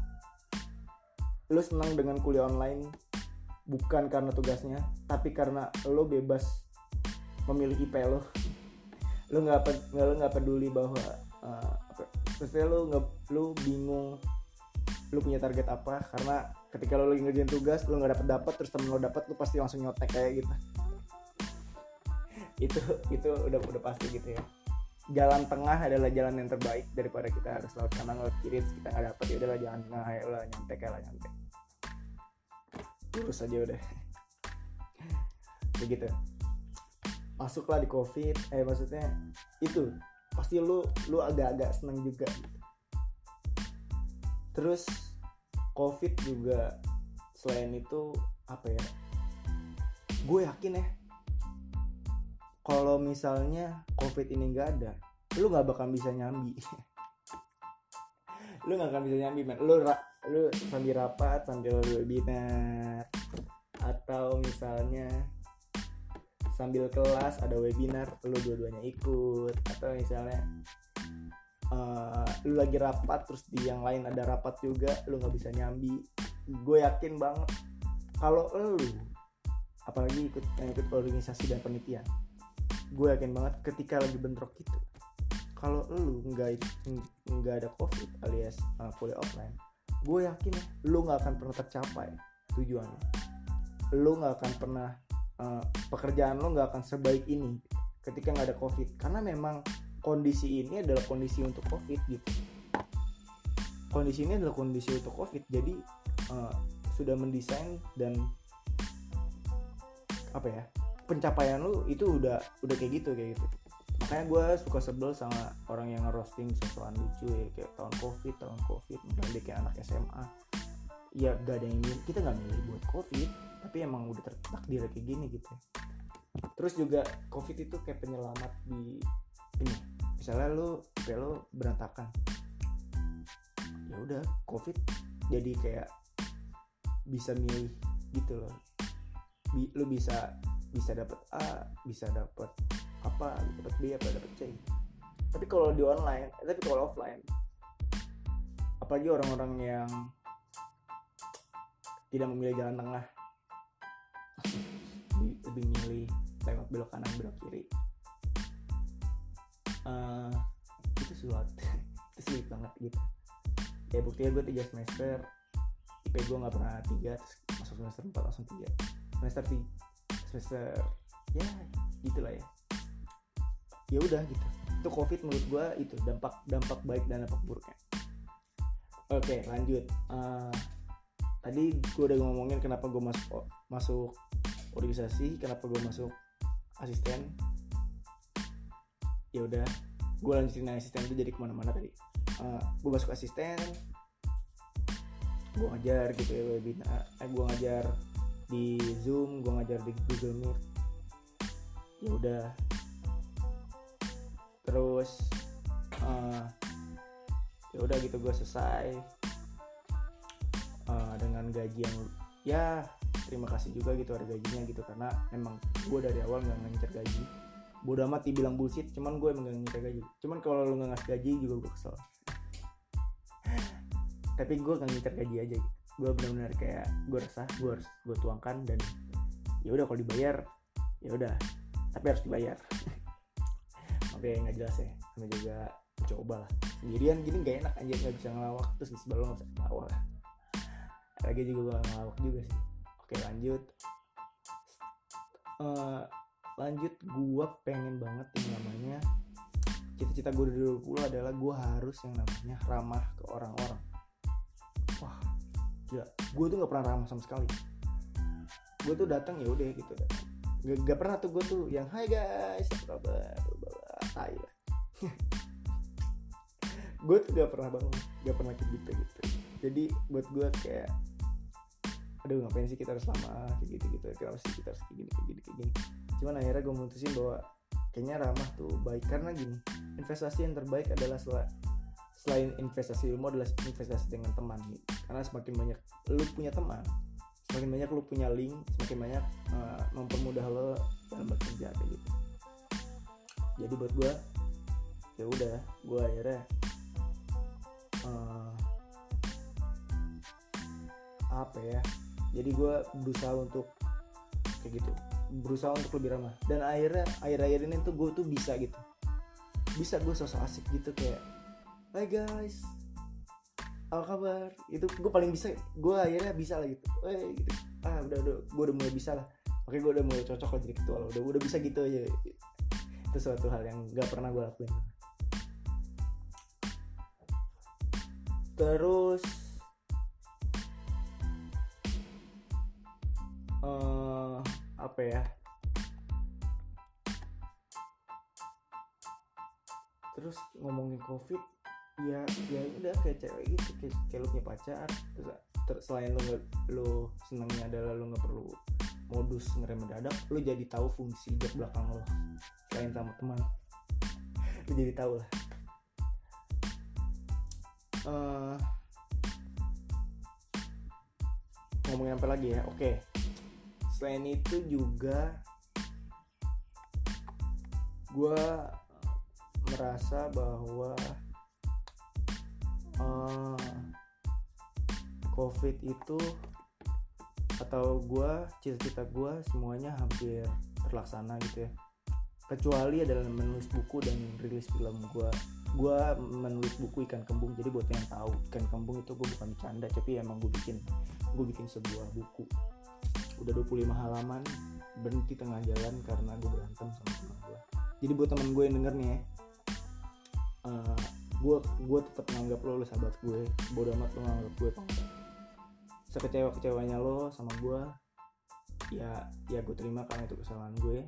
lo senang dengan kuliah online bukan karena tugasnya, tapi karena lo bebas memilih I P lo. Lo nggak lo nggak peduli bahwa uh, apa, terusnya lo nggak lo bingung lo punya target apa, karena ketika lo lagi ngerjain tugas lo nggak dapet dapet terus temen lo dapet, lo pasti langsung nyotek kayak gitu. itu itu udah udah pasti gitu ya. Jalan tengah adalah jalan yang terbaik daripada kita harus lewat kanan lewat kiri kita nggak dapet. Ya udahlah jalan tengah, ayo lah nyontek ya lah nyontek, lurus aja udah. Begitu. Masuklah di covid, eh maksudnya itu pasti lu lu agak-agak seneng juga gitu. Terus covid juga selain itu apa ya, gue yakin ya kalau misalnya covid ini nggak ada, lu nggak bakal bisa nyambi. Lu nggak akan bisa nyambi man. Lu ra- lu sambil rapat sambil webinar, atau misalnya sambil kelas ada webinar lu dua-duanya ikut, atau misalnya uh, lu lagi rapat terus di yang lain ada rapat juga, lu nggak bisa nyambi. Gue yakin banget kalau lu apalagi ikut yang ikut organisasi dan penelitian, gue yakin banget ketika lagi bentrok gitu, kalau lu nggak nggak ada covid alias uh, kuliah offline, gue yakin lu nggak akan pernah tercapai tujuannya. Lu nggak akan pernah uh, pekerjaan lu nggak akan sebaik ini ketika nggak ada covid, karena memang kondisi ini adalah kondisi untuk covid gitu. Kondisi ini adalah kondisi untuk covid, jadi uh, sudah mendesain dan apa ya, pencapaian lu itu udah udah kayak gitu kayak gitu. Makanya gue suka sebel sama orang yang ngerosting sesuatu lucu ya, kayak tahun covid tahun covid kayak anak S M A. Ya gak ada yang milih, kita nggak milih buat covid, tapi emang udah tertakdir kayak gini gitu. Terus juga covid itu kayak penyelamat di ini, misalnya lu I P lu berantakan, ya udah covid jadi kayak bisa milih gitu loh. Bi- lu bisa bisa dapat A, bisa dapat apa, dapat B apa dapat C. Tapi kalau di online, eh, tapi kalau offline, apalagi orang-orang yang tidak memilih jalan tengah, lebih milih lewat belok kanan belok kiri, uh, itu sulit. Itu sulit banget gitu. Ya buktinya gue tiga semester I P gue nggak pernah tiga, terus masuk semester empat langsung tiga, semester tiga semester ya gitulah ya. Ya udah gitu. Itu covid menurut gue itu dampak dampak baik dan dampak buruknya. Oke lanjut. Uh, tadi gue udah ngomongin kenapa gue masuk masuk organisasi, kenapa gue masuk asisten. Ya udah, gue lanjutin asisten itu jadi kemana-mana tadi. Uh, gue masuk asisten, gue ngajar gitu ya webinar, eh, gue ngajar di Zoom, gue ngajar di Google Meet. Ya udah, terus uh, ya udah gitu gue selesai uh, dengan gaji yang ya terima kasih juga gitu ada gajinya gitu, karena emang gue dari awal nggak ngincer gaji. Bodo amat dibilang bullshit, cuman gue emang nggak ngincer gaji. Cuman kalau lu nggak ngasih gaji juga gue kesel. Tapi gue nggak ngincer gaji aja gitu. Gue benar-benar kayak gue resah, gue harus gue tuangkan, dan ya udah kalau dibayar ya udah, tapi harus dibayar. Oke, nggak jelas ya. Sama juga coba lah sendirian gini nggak enak aja, nggak bisa ngelawak, terus di sebelah lo nggak bisa ketawa. Lagi juga gue ngelawak juga sih. Oke lanjut. Uh, lanjut gue pengen banget yang namanya, cita-cita gue dari dua ribu dua puluh adalah gue harus yang namanya ramah ke orang-orang. Wah gila, gue tuh nggak pernah ramah sama sekali. Gue tuh datang ya udah gitu, gak, gak pernah tuh gue tuh yang hai guys apa kabar, tai lah. Gue tuh gak pernah banget, gak pernah kayak gitu gitu. Jadi buat gue kayak, aduh ngapain sih kita harus lama kayak gitu gitu, kenapa sih kita harus kayak gini kayak gini kayak gini. Cuman akhirnya gue mutusin bahwa kayaknya ramah tuh baik, karena gini, investasi yang terbaik adalah sel- selain investasi ilmu adalah investasi dengan teman gitu. Karena semakin banyak lu punya teman, semakin banyak lu punya link, semakin banyak uh, mempermudah lo dalam bekerja kayak gitu. Jadi buat gue ya udah, gue akhirnya uh, apa ya, jadi gue berusaha untuk kayak gitu, berusaha untuk lebih ramah. Dan akhirnya akhir-akhir ini tuh gue tuh bisa gitu, bisa gue sosok asik gitu kayak hai guys apa kabar, itu gue paling bisa. Gue akhirnya bisa lah gitu, eh gitu, ah udah udah gue udah mulai bisa lah. Oke gue udah mulai cocok lah jadi ketua, udah udah bisa gitu aja. Itu suatu hal yang gak pernah gue lakuin. Terus uh, apa ya, terus ngomongin covid ya, ya udah kayak cewek gitu, kayak, kayak lu punya pacar, terus ter- selain lu nggak, lu senangnya adalah lu nggak perlu modus ngerem mendadak, lu jadi tahu fungsi jok belakang lo selain sama teman, lu jadi tahu lah. Uh, ngomongin apa lagi ya, oke. Selain itu juga gue merasa bahwa uh, covid itu, atau gue, cita-cita gue semuanya hampir terlaksana gitu ya, kecuali adalah menulis buku dan rilis film gue. Gue menulis buku Ikan Kembung. Jadi buat yang tahu, Ikan Kembung itu gue bukan bercanda, tapi emang gue bikin gue bikin sebuah buku udah dua puluh lima halaman, berhenti tengah jalan karena gue berantem sama teman gue. Jadi buat teman gue yang denger nih ya, uh, gue gue tetap menganggap lo, lo sahabat gue, bodo amat lo menganggap gue apa enggak. Sekecewa-kecewanya lo sama gue, ya ya gue terima karena itu kesalahan gue.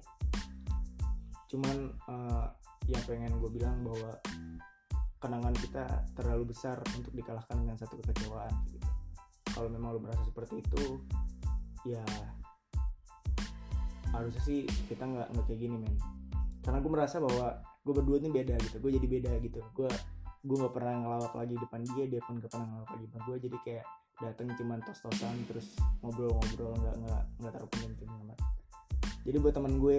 Cuman uh, yang pengen gue bilang bahwa kenangan kita terlalu besar untuk dikalahkan dengan satu kekecewaan gitu. Kalau memang lo merasa seperti itu, ya harusnya sih kita nggak nggak kayak gini men. Karena gue merasa bahwa gue berdua ini beda gitu, gue jadi beda gitu. Gue gue nggak pernah ngelawak lagi depan dia, dia pun nggak pernah ngelawak lagi depan gue. Jadi kayak datang cuman tos-tosan terus ngobrol-ngobrol, nggak nggak nggak taruh penting amat. Jadi buat teman gue,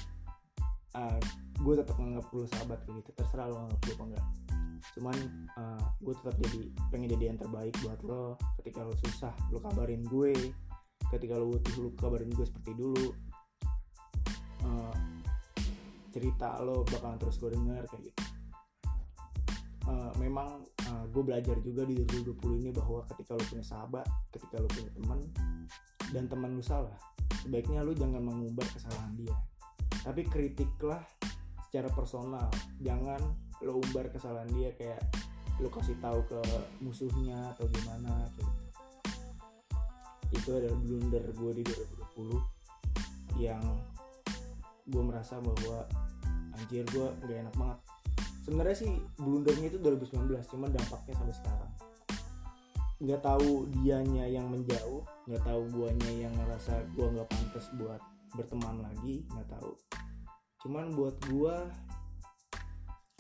uh, gue tetap menganggap lu sahabat kayak gitu. Terserah lo nganggap gue apa enggak. Cuman uh, gue tetap jadi pengen jadi yang terbaik buat lo. Ketika lo susah lo kabarin gue, ketika lo butuh lo kabarin gue seperti dulu. Uh, cerita lo bakalan terus gue denger kayak gitu. Uh, memang uh, gue belajar juga di dua ribu dua puluh ini bahwa ketika lo punya sahabat, ketika lo punya teman, dan teman lo salah, sebaiknya lo jangan mengumbar kesalahan dia, tapi kritiklah secara personal. Jangan lo umbar kesalahan dia kayak lo kasih tahu ke musuhnya atau gimana gitu. Itu adalah blunder gue di dua ribu dua puluh yang gue merasa bahwa anjir gue gak enak banget. Sebenarnya sih blundernya itu dua ribu sembilan belas, cuman dampaknya sampai sekarang. Gak tahu dianya yang menjauh, gak tahu guanya yang ngerasa gue gak pantas buat berteman lagi, gak tahu. Cuman buat gue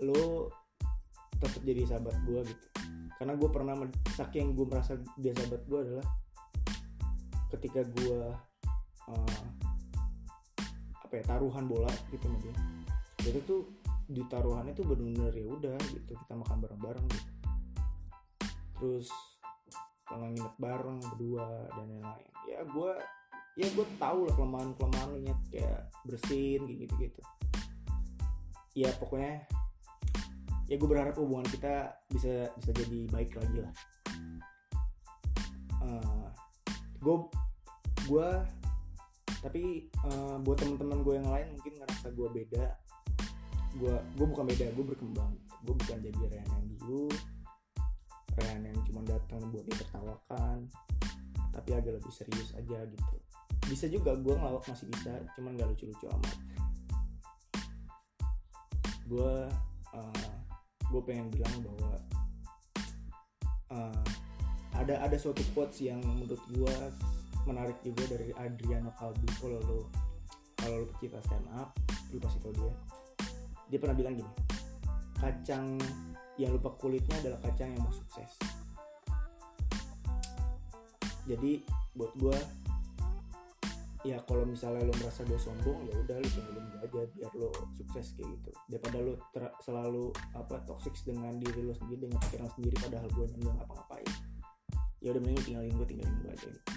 lo tetap jadi sahabat gue gitu. Karena gue pernah, saking gue merasa dia sahabat gue adalah ketika gue uh, apa ya taruhan bola gitu sama dia, itu tuh di taruhannya tuh benar-benar ya udah gitu, kita makan bareng-bareng gitu, terus kalau nginep bareng berdua dan lain-lain. Ya gue ya gue tahu lah kelemahan-kelemahan lu nya, kayak bersin kayak gitu-gitu. Ya pokoknya ya gue berharap hubungan kita bisa bisa jadi baik lagi lah. Uh, gue gue tapi uh, buat teman-teman gue yang lain mungkin ngerasa gue beda. Gue gue bukan beda, gue berkembang. Gue bukan jadi Ryan yang dulu, Ryan yang cuma datang buat ditertawakan, tapi agak lebih serius aja gitu. Bisa juga gue ngelawak, masih bisa, cuman gak lucu-lucu amat. Gue uh, gue pengen bilang bahwa uh, ada ada suatu quotes yang menurut gue menarik juga dari Adriano Calvi. Kalau lo kalau lo pecinta stand up, lo pasti tahu dia. Dia pernah bilang gini, kacang yang lupa kulitnya adalah kacang yang mau sukses. Jadi buat gue, ya kalau misalnya lo merasa gue sombong, ya udah lo tinggalin gue aja biar lo sukses kayak gitu. Daripada lo ter- selalu apa toxic dengan diri lo sendiri, dengan pikiran sendiri, padahal gue nggak ngapa-ngapain. Ya udah mending tinggalin gue, tinggalin gue aja gitu.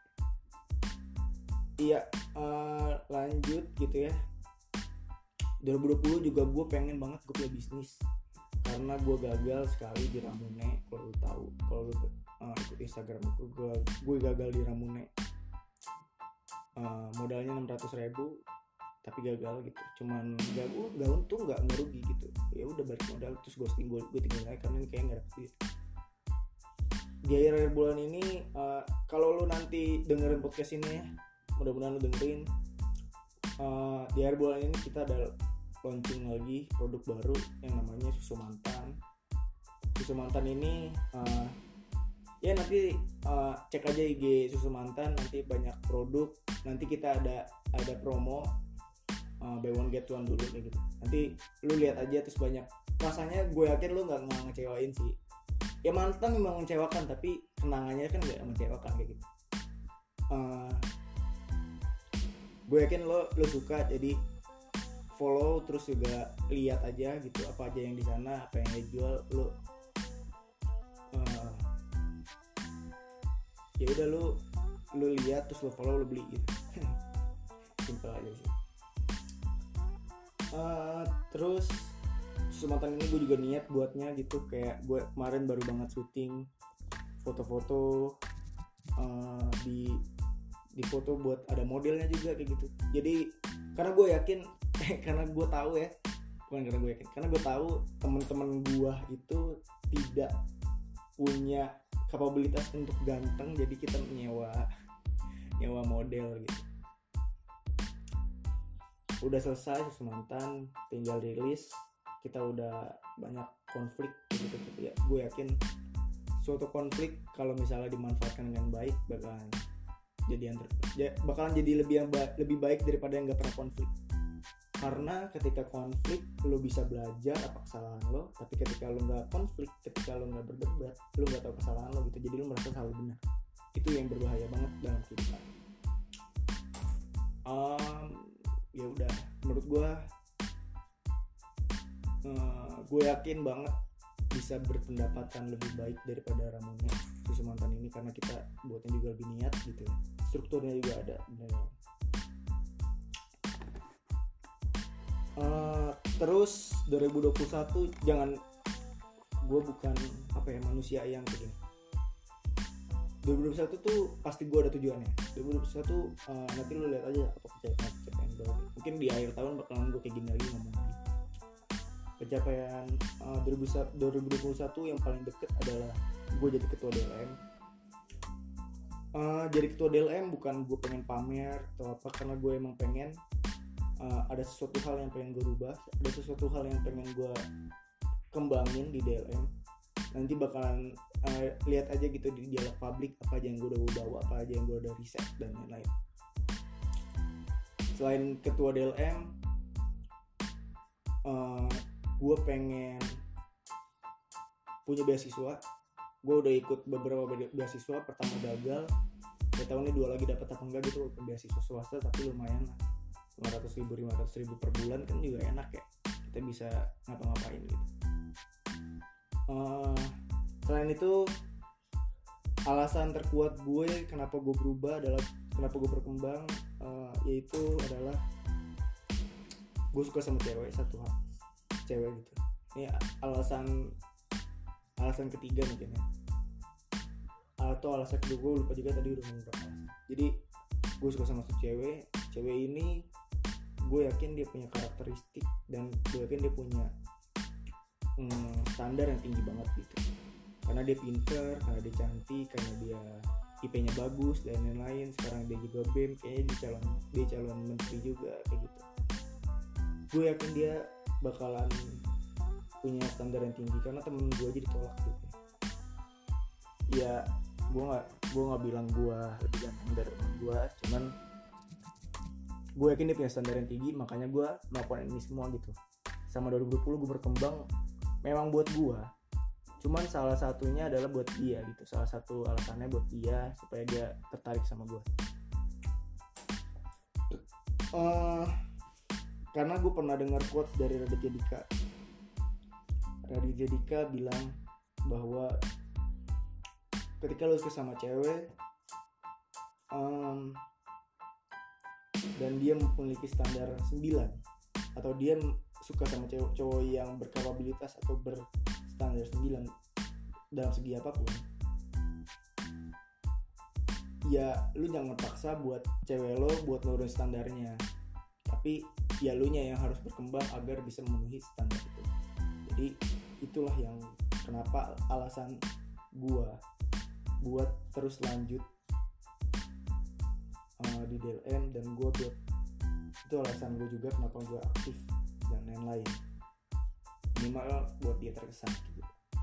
Iya, uh, lanjut gitu ya. dua ribu dua puluh juga gue pengen banget gue punya bisnis, karena gue gagal sekali di Ramune. Kalau lo tahu, kalau lo uh, ikut Instagram gue, gue gagal di Ramune. Uh, modalnya enam ratus ribu tapi gagal gitu, cuman gak gue gak untung, gak ngerugi gitu. Ya udah balik modal, terus gue tinggal gue tinggal lagi karena ini kayak nggak dapet duit. Di akhir bulan ini, uh, kalau lo nanti dengerin podcast ini ya, mudah-mudahan lo dengerin, uh, di akhir bulan ini kita ada launching lagi produk baru yang namanya Susu Mantan. Susu Mantan ini uh, ya nanti uh, cek aja I G Susu Mantan, nanti banyak produk. Nanti kita ada ada promo uh, buy one get one dulu kayak gitu. Nanti lu lihat aja, terus banyak. Rasanya gue yakin lu nggak ngecewain sih. Ya mantan memang mengecewakan, tapi kenangannya kan nggak mengecewakan kayak gitu. Uh, gue yakin lo lo suka, jadi follow, terus juga lihat aja gitu apa aja yang di sana, apa yang dijual lo. Uh, ya udah lu lu lihat, terus lu follow, lu beli gitu. Simpel aja sih. Uh, terus Susu Mantan ini gue juga niat buatnya gitu, kayak gue kemarin baru banget syuting foto-foto, uh, di di foto buat ada modelnya juga kayak gitu. Jadi karena gue yakin karena gue tahu ya bukan karena gue yakin karena gue tahu teman-teman gue itu tidak punya kapabilitas untuk ganteng, jadi kita nyewa nyewa model gitu. Udah selesai Susu Mantan, tinggal rilis. Kita udah banyak konflik gitu, gitu ya. Gue yakin suatu konflik kalau misalnya dimanfaatkan dengan baik bakalan jadi yang ter- ya, bakalan jadi lebih yang ba- lebih baik daripada yang nggak pernah konflik. Karena ketika konflik lo bisa belajar apa kesalahan lo, tapi ketika lo nggak konflik, ketika lo nggak berdebat, lo nggak tahu kesalahan lo gitu, jadi lo merasa selalu benar. Itu yang berbahaya banget dalam kehidupan. Um, ya udah, menurut gue, uh, gue yakin banget bisa berpendapatan lebih baik daripada Ramune Susu Mantan ini, karena kita buatnya juga lebih niat gitu ya. Strukturnya juga ada. Uh, terus dua ribu dua puluh satu jangan, gue bukan apa ya manusia yang begini. dua ribu dua puluh satu tuh pasti gue ada tujuannya. dua ribu dua puluh satu uh, nanti lu lihat aja apa pencapaian pencapaian gue. Mungkin di akhir tahun bakalan gue kayak gini lagi ngomong lagi. Pencapaian uh, dua ribu dua puluh satu yang paling deket adalah gue jadi ketua D L M. Uh, jadi ketua D L M bukan gue pengen pamer atau apa, karena gue emang pengen uh, ada sesuatu hal yang pengen gue rubah, ada sesuatu hal yang pengen gue kembangin di D L M. Nanti bakalan uh, lihat aja gitu di dialog publik apa aja yang gue udah bawa, apa aja yang gue udah riset dan lain-lain. Selain ketua D L M, uh, gue pengen punya beasiswa. Gue udah ikut beberapa beasiswa, pertama gagal, gak tau nih dua lagi dapat apa enggak gitu. Beasiswa swasta tapi lumayan lah, lima ratus ribu lima ratus ribu per bulan kan juga enak ya, kita bisa ngapa-ngapain gitu. Uh, selain itu alasan terkuat gue kenapa gue berubah adalah kenapa gue berkembang, uh, yaitu adalah gue suka sama cewek, satu hal cewek gitu. Ini alasan alasan ketiga mungkin ya, atau alasan kedua gue lupa juga tadi udah ngomong berapa alasan. Jadi gue suka sama satu cewek, cewek ini gue yakin dia punya karakteristik dan gue yakin dia punya hmm, standar yang tinggi banget gitu. Karena dia pinter, karena dia cantik, karena dia I P-nya bagus dan lain-lain. Sekarang dia juga B E M, kayaknya dia calon dia calon menteri juga kayak gitu. Gue yakin dia bakalan punya standar yang tinggi karena temen gue aja ditolak gitu. Ya gue nggak gue nggak bilang gue lebih ganteng dari temen gue, cuman gue yakin dia punya standar yang tinggi, makanya gue melakukan ini semua gitu. Sama dua ribu dua puluh gue berkembang memang buat gue, cuman salah satunya adalah buat dia gitu. Salah satu alasannya buat dia supaya dia tertarik sama gue. Uh, karena gue pernah dengar quotes dari Raditya Dika. Raditya Dika bilang bahwa ketika lo suka sama cewek um, dan dia memiliki standar sembilan, atau dia suka sama cowok, cowok yang berkapabilitas atau berstandar sembilan dalam segi apapun, ya lu jangan paksa buat cewek lo buat nurunin standarnya, tapi ya lu nya yang harus berkembang agar bisa memenuhi standar itu. Jadi itulah yang kenapa alasan gua buat terus lanjut uh, di D L M, dan gua buat itu alasan gua juga kenapa gua aktif dan lain-lain, minimal buat dia terkesan gitu.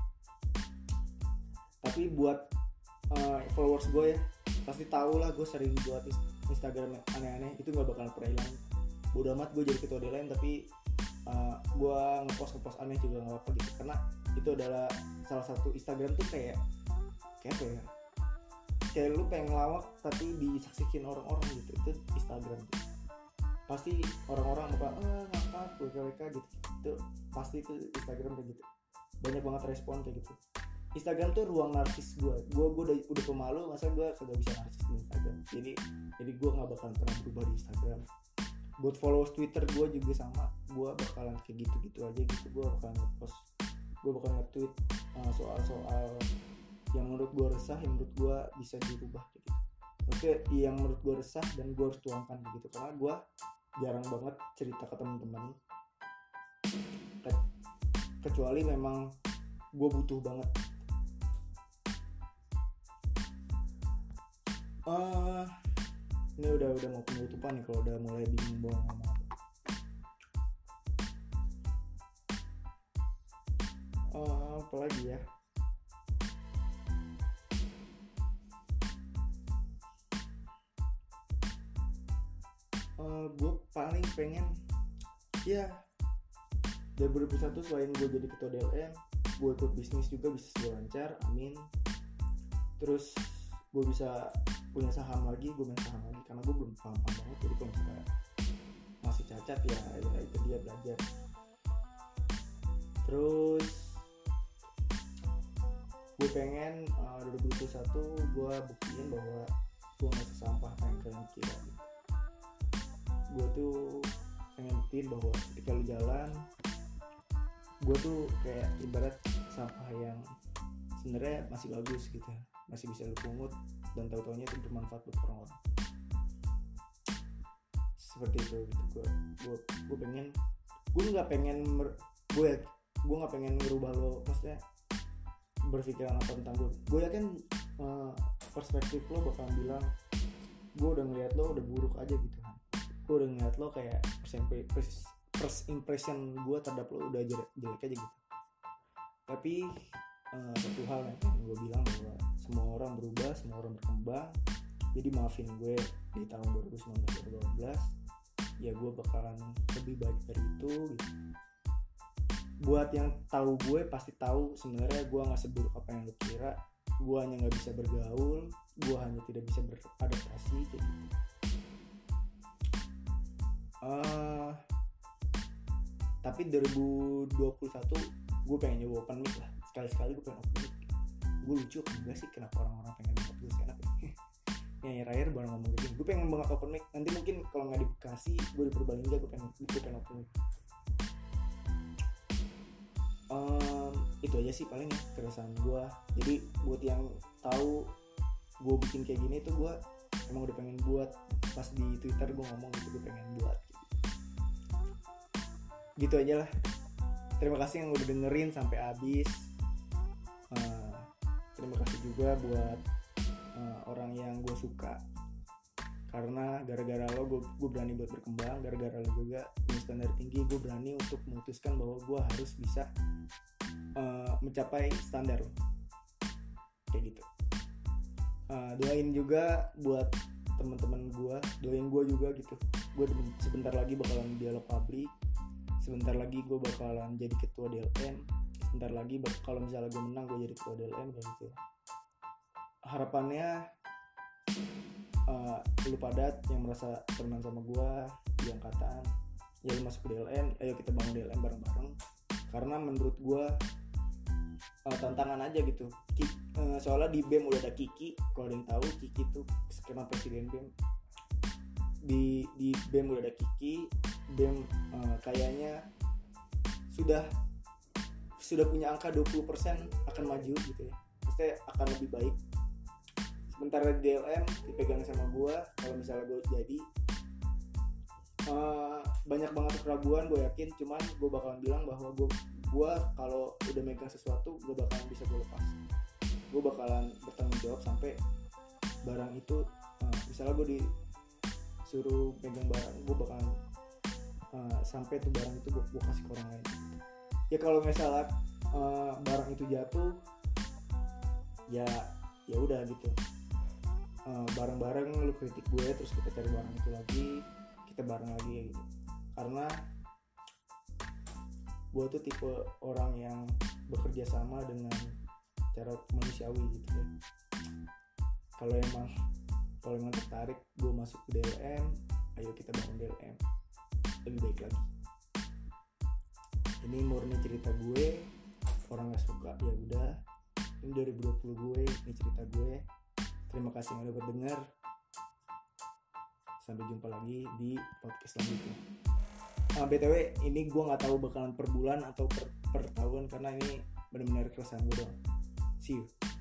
Tapi buat uh, followers gue ya pasti tahu lah, gue sering buat Instagram aneh-aneh, itu nggak bakalan pernah hilang. Bodo amat gue jadi ketua D L M, tapi uh, gue ngepost ngepost aneh juga nggak apa gitu, karena itu adalah salah satu Instagram tuh kayak kayak apa ya, kayak lu pengen ngelawak tapi disaksikan orang-orang gitu. Itu Instagram tuh pasti orang-orang bakal ah ngakak W K W K gitu. Itu pasti itu Instagram kayak gitu, banyak banget respon kayak gitu. Instagram tuh ruang narsis gue. Gue gue udah udah pemalu, masa gue sudah bisa narsis di Instagram. Jadi jadi gue nggak bakalan pernah berubah di Instagram. Buat followers Twitter gue juga sama, gue bakalan kayak gitu-gitu aja gitu. Gue bakalan ngepost, gue bakalan nge-tweet uh, soal-soal yang menurut gue resah, yang menurut gue bisa dirubah kayak gitu. Oke, yang menurut gue resah dan gue harus tuangkan gitu, karena gue jarang banget cerita ke teman-teman, Ke- kecuali memang gue butuh banget. Uh, ini udah udah mau penutupan nih, kalau udah mulai bingung mau ngomong apa. Uh, apa lagi ya? Uh, gue paling pengen ya dua ribu dua puluh satu selain gue jadi ketua D L M, gue ikut bisnis juga, bisnis gue lancar, amin. Terus gue bisa punya saham lagi, gue main saham lagi, karena gue belum paham-paham banget. Jadi kalau misalnya masih cacat ya, ya itu dia belajar. Terus gue pengen uh, dua ribu dua puluh satu gue buktiin bahwa gue gak sesampah apa yang kalian kira gitu. Gue tuh pengen buktiin bahwa ketika lu jalan, gue tuh kayak ibarat sampah yang sebenarnya masih bagus gitu, masih bisa lu pungut dan tahu-taunya itu bermanfaat buat orang-orang. Seperti itu gitu. Gue gue gue pengen gue nggak pengen mer, gue gue nggak pengen ngerubah lo, maksudnya berpikiran apa tentang gue. Gue yakin uh, perspektif lo bakal bilang gue udah ngeliat lo udah buruk aja gitu kan. Gue udah ngeliat lo kayak first, first impression gue terhadap lo udah jelek, jelek aja gitu. Tapi uh, satu hal yang pengen gue bilang bahwa semua orang berubah, semua orang berkembang. Jadi maafin gue di tahun dua ribu sembilan belas dua ribu delapan belas, ya gue bakalan lebih baik dari itu gitu. buat yang tahu gue pasti tahu sebenarnya gue nggak seburuk apa yang lo kira. Gue hanya nggak bisa bergaul, gue hanya tidak bisa beradaptasi kayak gitu. Uh, tapi dua ribu dua puluh satu gue pengen nyoba open mic lah, sekali-sekali gue pengen open mic. Gue lucu enggak sih kenapa orang-orang pengen open mic enak ya. Nih akhir-akhir baru ngomong gini, gue pengen banget open mic. Nanti mungkin kalau nggak di Bekasi, gue di Purbalingga, gue pengen gue pengen open mic. Um, itu aja sih paling ya keresahan gue. Jadi buat yang tahu gue bikin kayak gini tuh gue emang udah pengen buat. Pas di Twitter gue ngomong gitu, gue pengen buat gitu. Gitu aja lah. Terima kasih yang udah dengerin sampai habis. Uh, terima kasih juga buat uh, orang yang gue suka. Karena gara-gara lo gue, gue berani buat berkembang. Gara-gara lo juga punya standar tinggi, gue berani untuk memutuskan bahwa gue harus bisa uh, mencapai standar lo. Kayak gitu. Uh, doain juga buat teman-teman gue, doain gue juga gitu. Gue sebentar lagi bakalan dialog publik, sebentar lagi gue bakalan jadi ketua D L M, sebentar lagi bak- kalau misalnya gue menang gue jadi ketua D L M kayak gitu. Harapannya uh, lu pada yang merasa temenan sama gue di angkatan, ya lu masuk ke D L M, ayo kita bangun D L M bareng-bareng. Karena menurut gue uh, tantangan aja gitu. Ki- uh, soalnya di B E M udah ada Kiki, kalau ada yang tahu Kiki tuh skema presiden B E M. Di di B E M udah ada Kiki, B E M uh, kayaknya sudah sudah punya angka dua puluh persen akan maju gitu ya. Maksudnya akan lebih baik. Sementara di D L M dipegang sama gue, kalau misalnya gue jadi uh, banyak banget keraguan, gue yakin, cuman gue bakalan bilang bahwa gue gue kalau udah megang sesuatu gue bakalan bisa gue lepas. Gue bakalan bertanggung jawab sampai barang itu uh, misalnya gue disuruh megang barang, gue bakalan uh, sampai tuh barang itu gue, gue kasih ke orang lain. Ya kalau misalnya uh, barang itu jatuh, ya ya udah gitu. Uh, bareng-bareng lu kritik gue, terus kita cari barang itu lagi, kita bareng lagi gitu. Karena gue tuh tipe orang yang bekerja sama dengan cara manusiawi gitu ya. Kalau emang kalau emang tertarik gue masuk ke D L M, ayo kita bangun D L M lebih baik lagi. Ini murni cerita gue, orang nggak suka ya udah. Ini dua ribu dua puluh gue, ini cerita gue. Terima kasih yang udah berdengar. Sampai jumpa lagi di podcast selanjutnya. Nah, B T W ini gue nggak tahu bakalan per bulan atau per, per tahun, karena ini benar-benar keresahan gue doang. See you.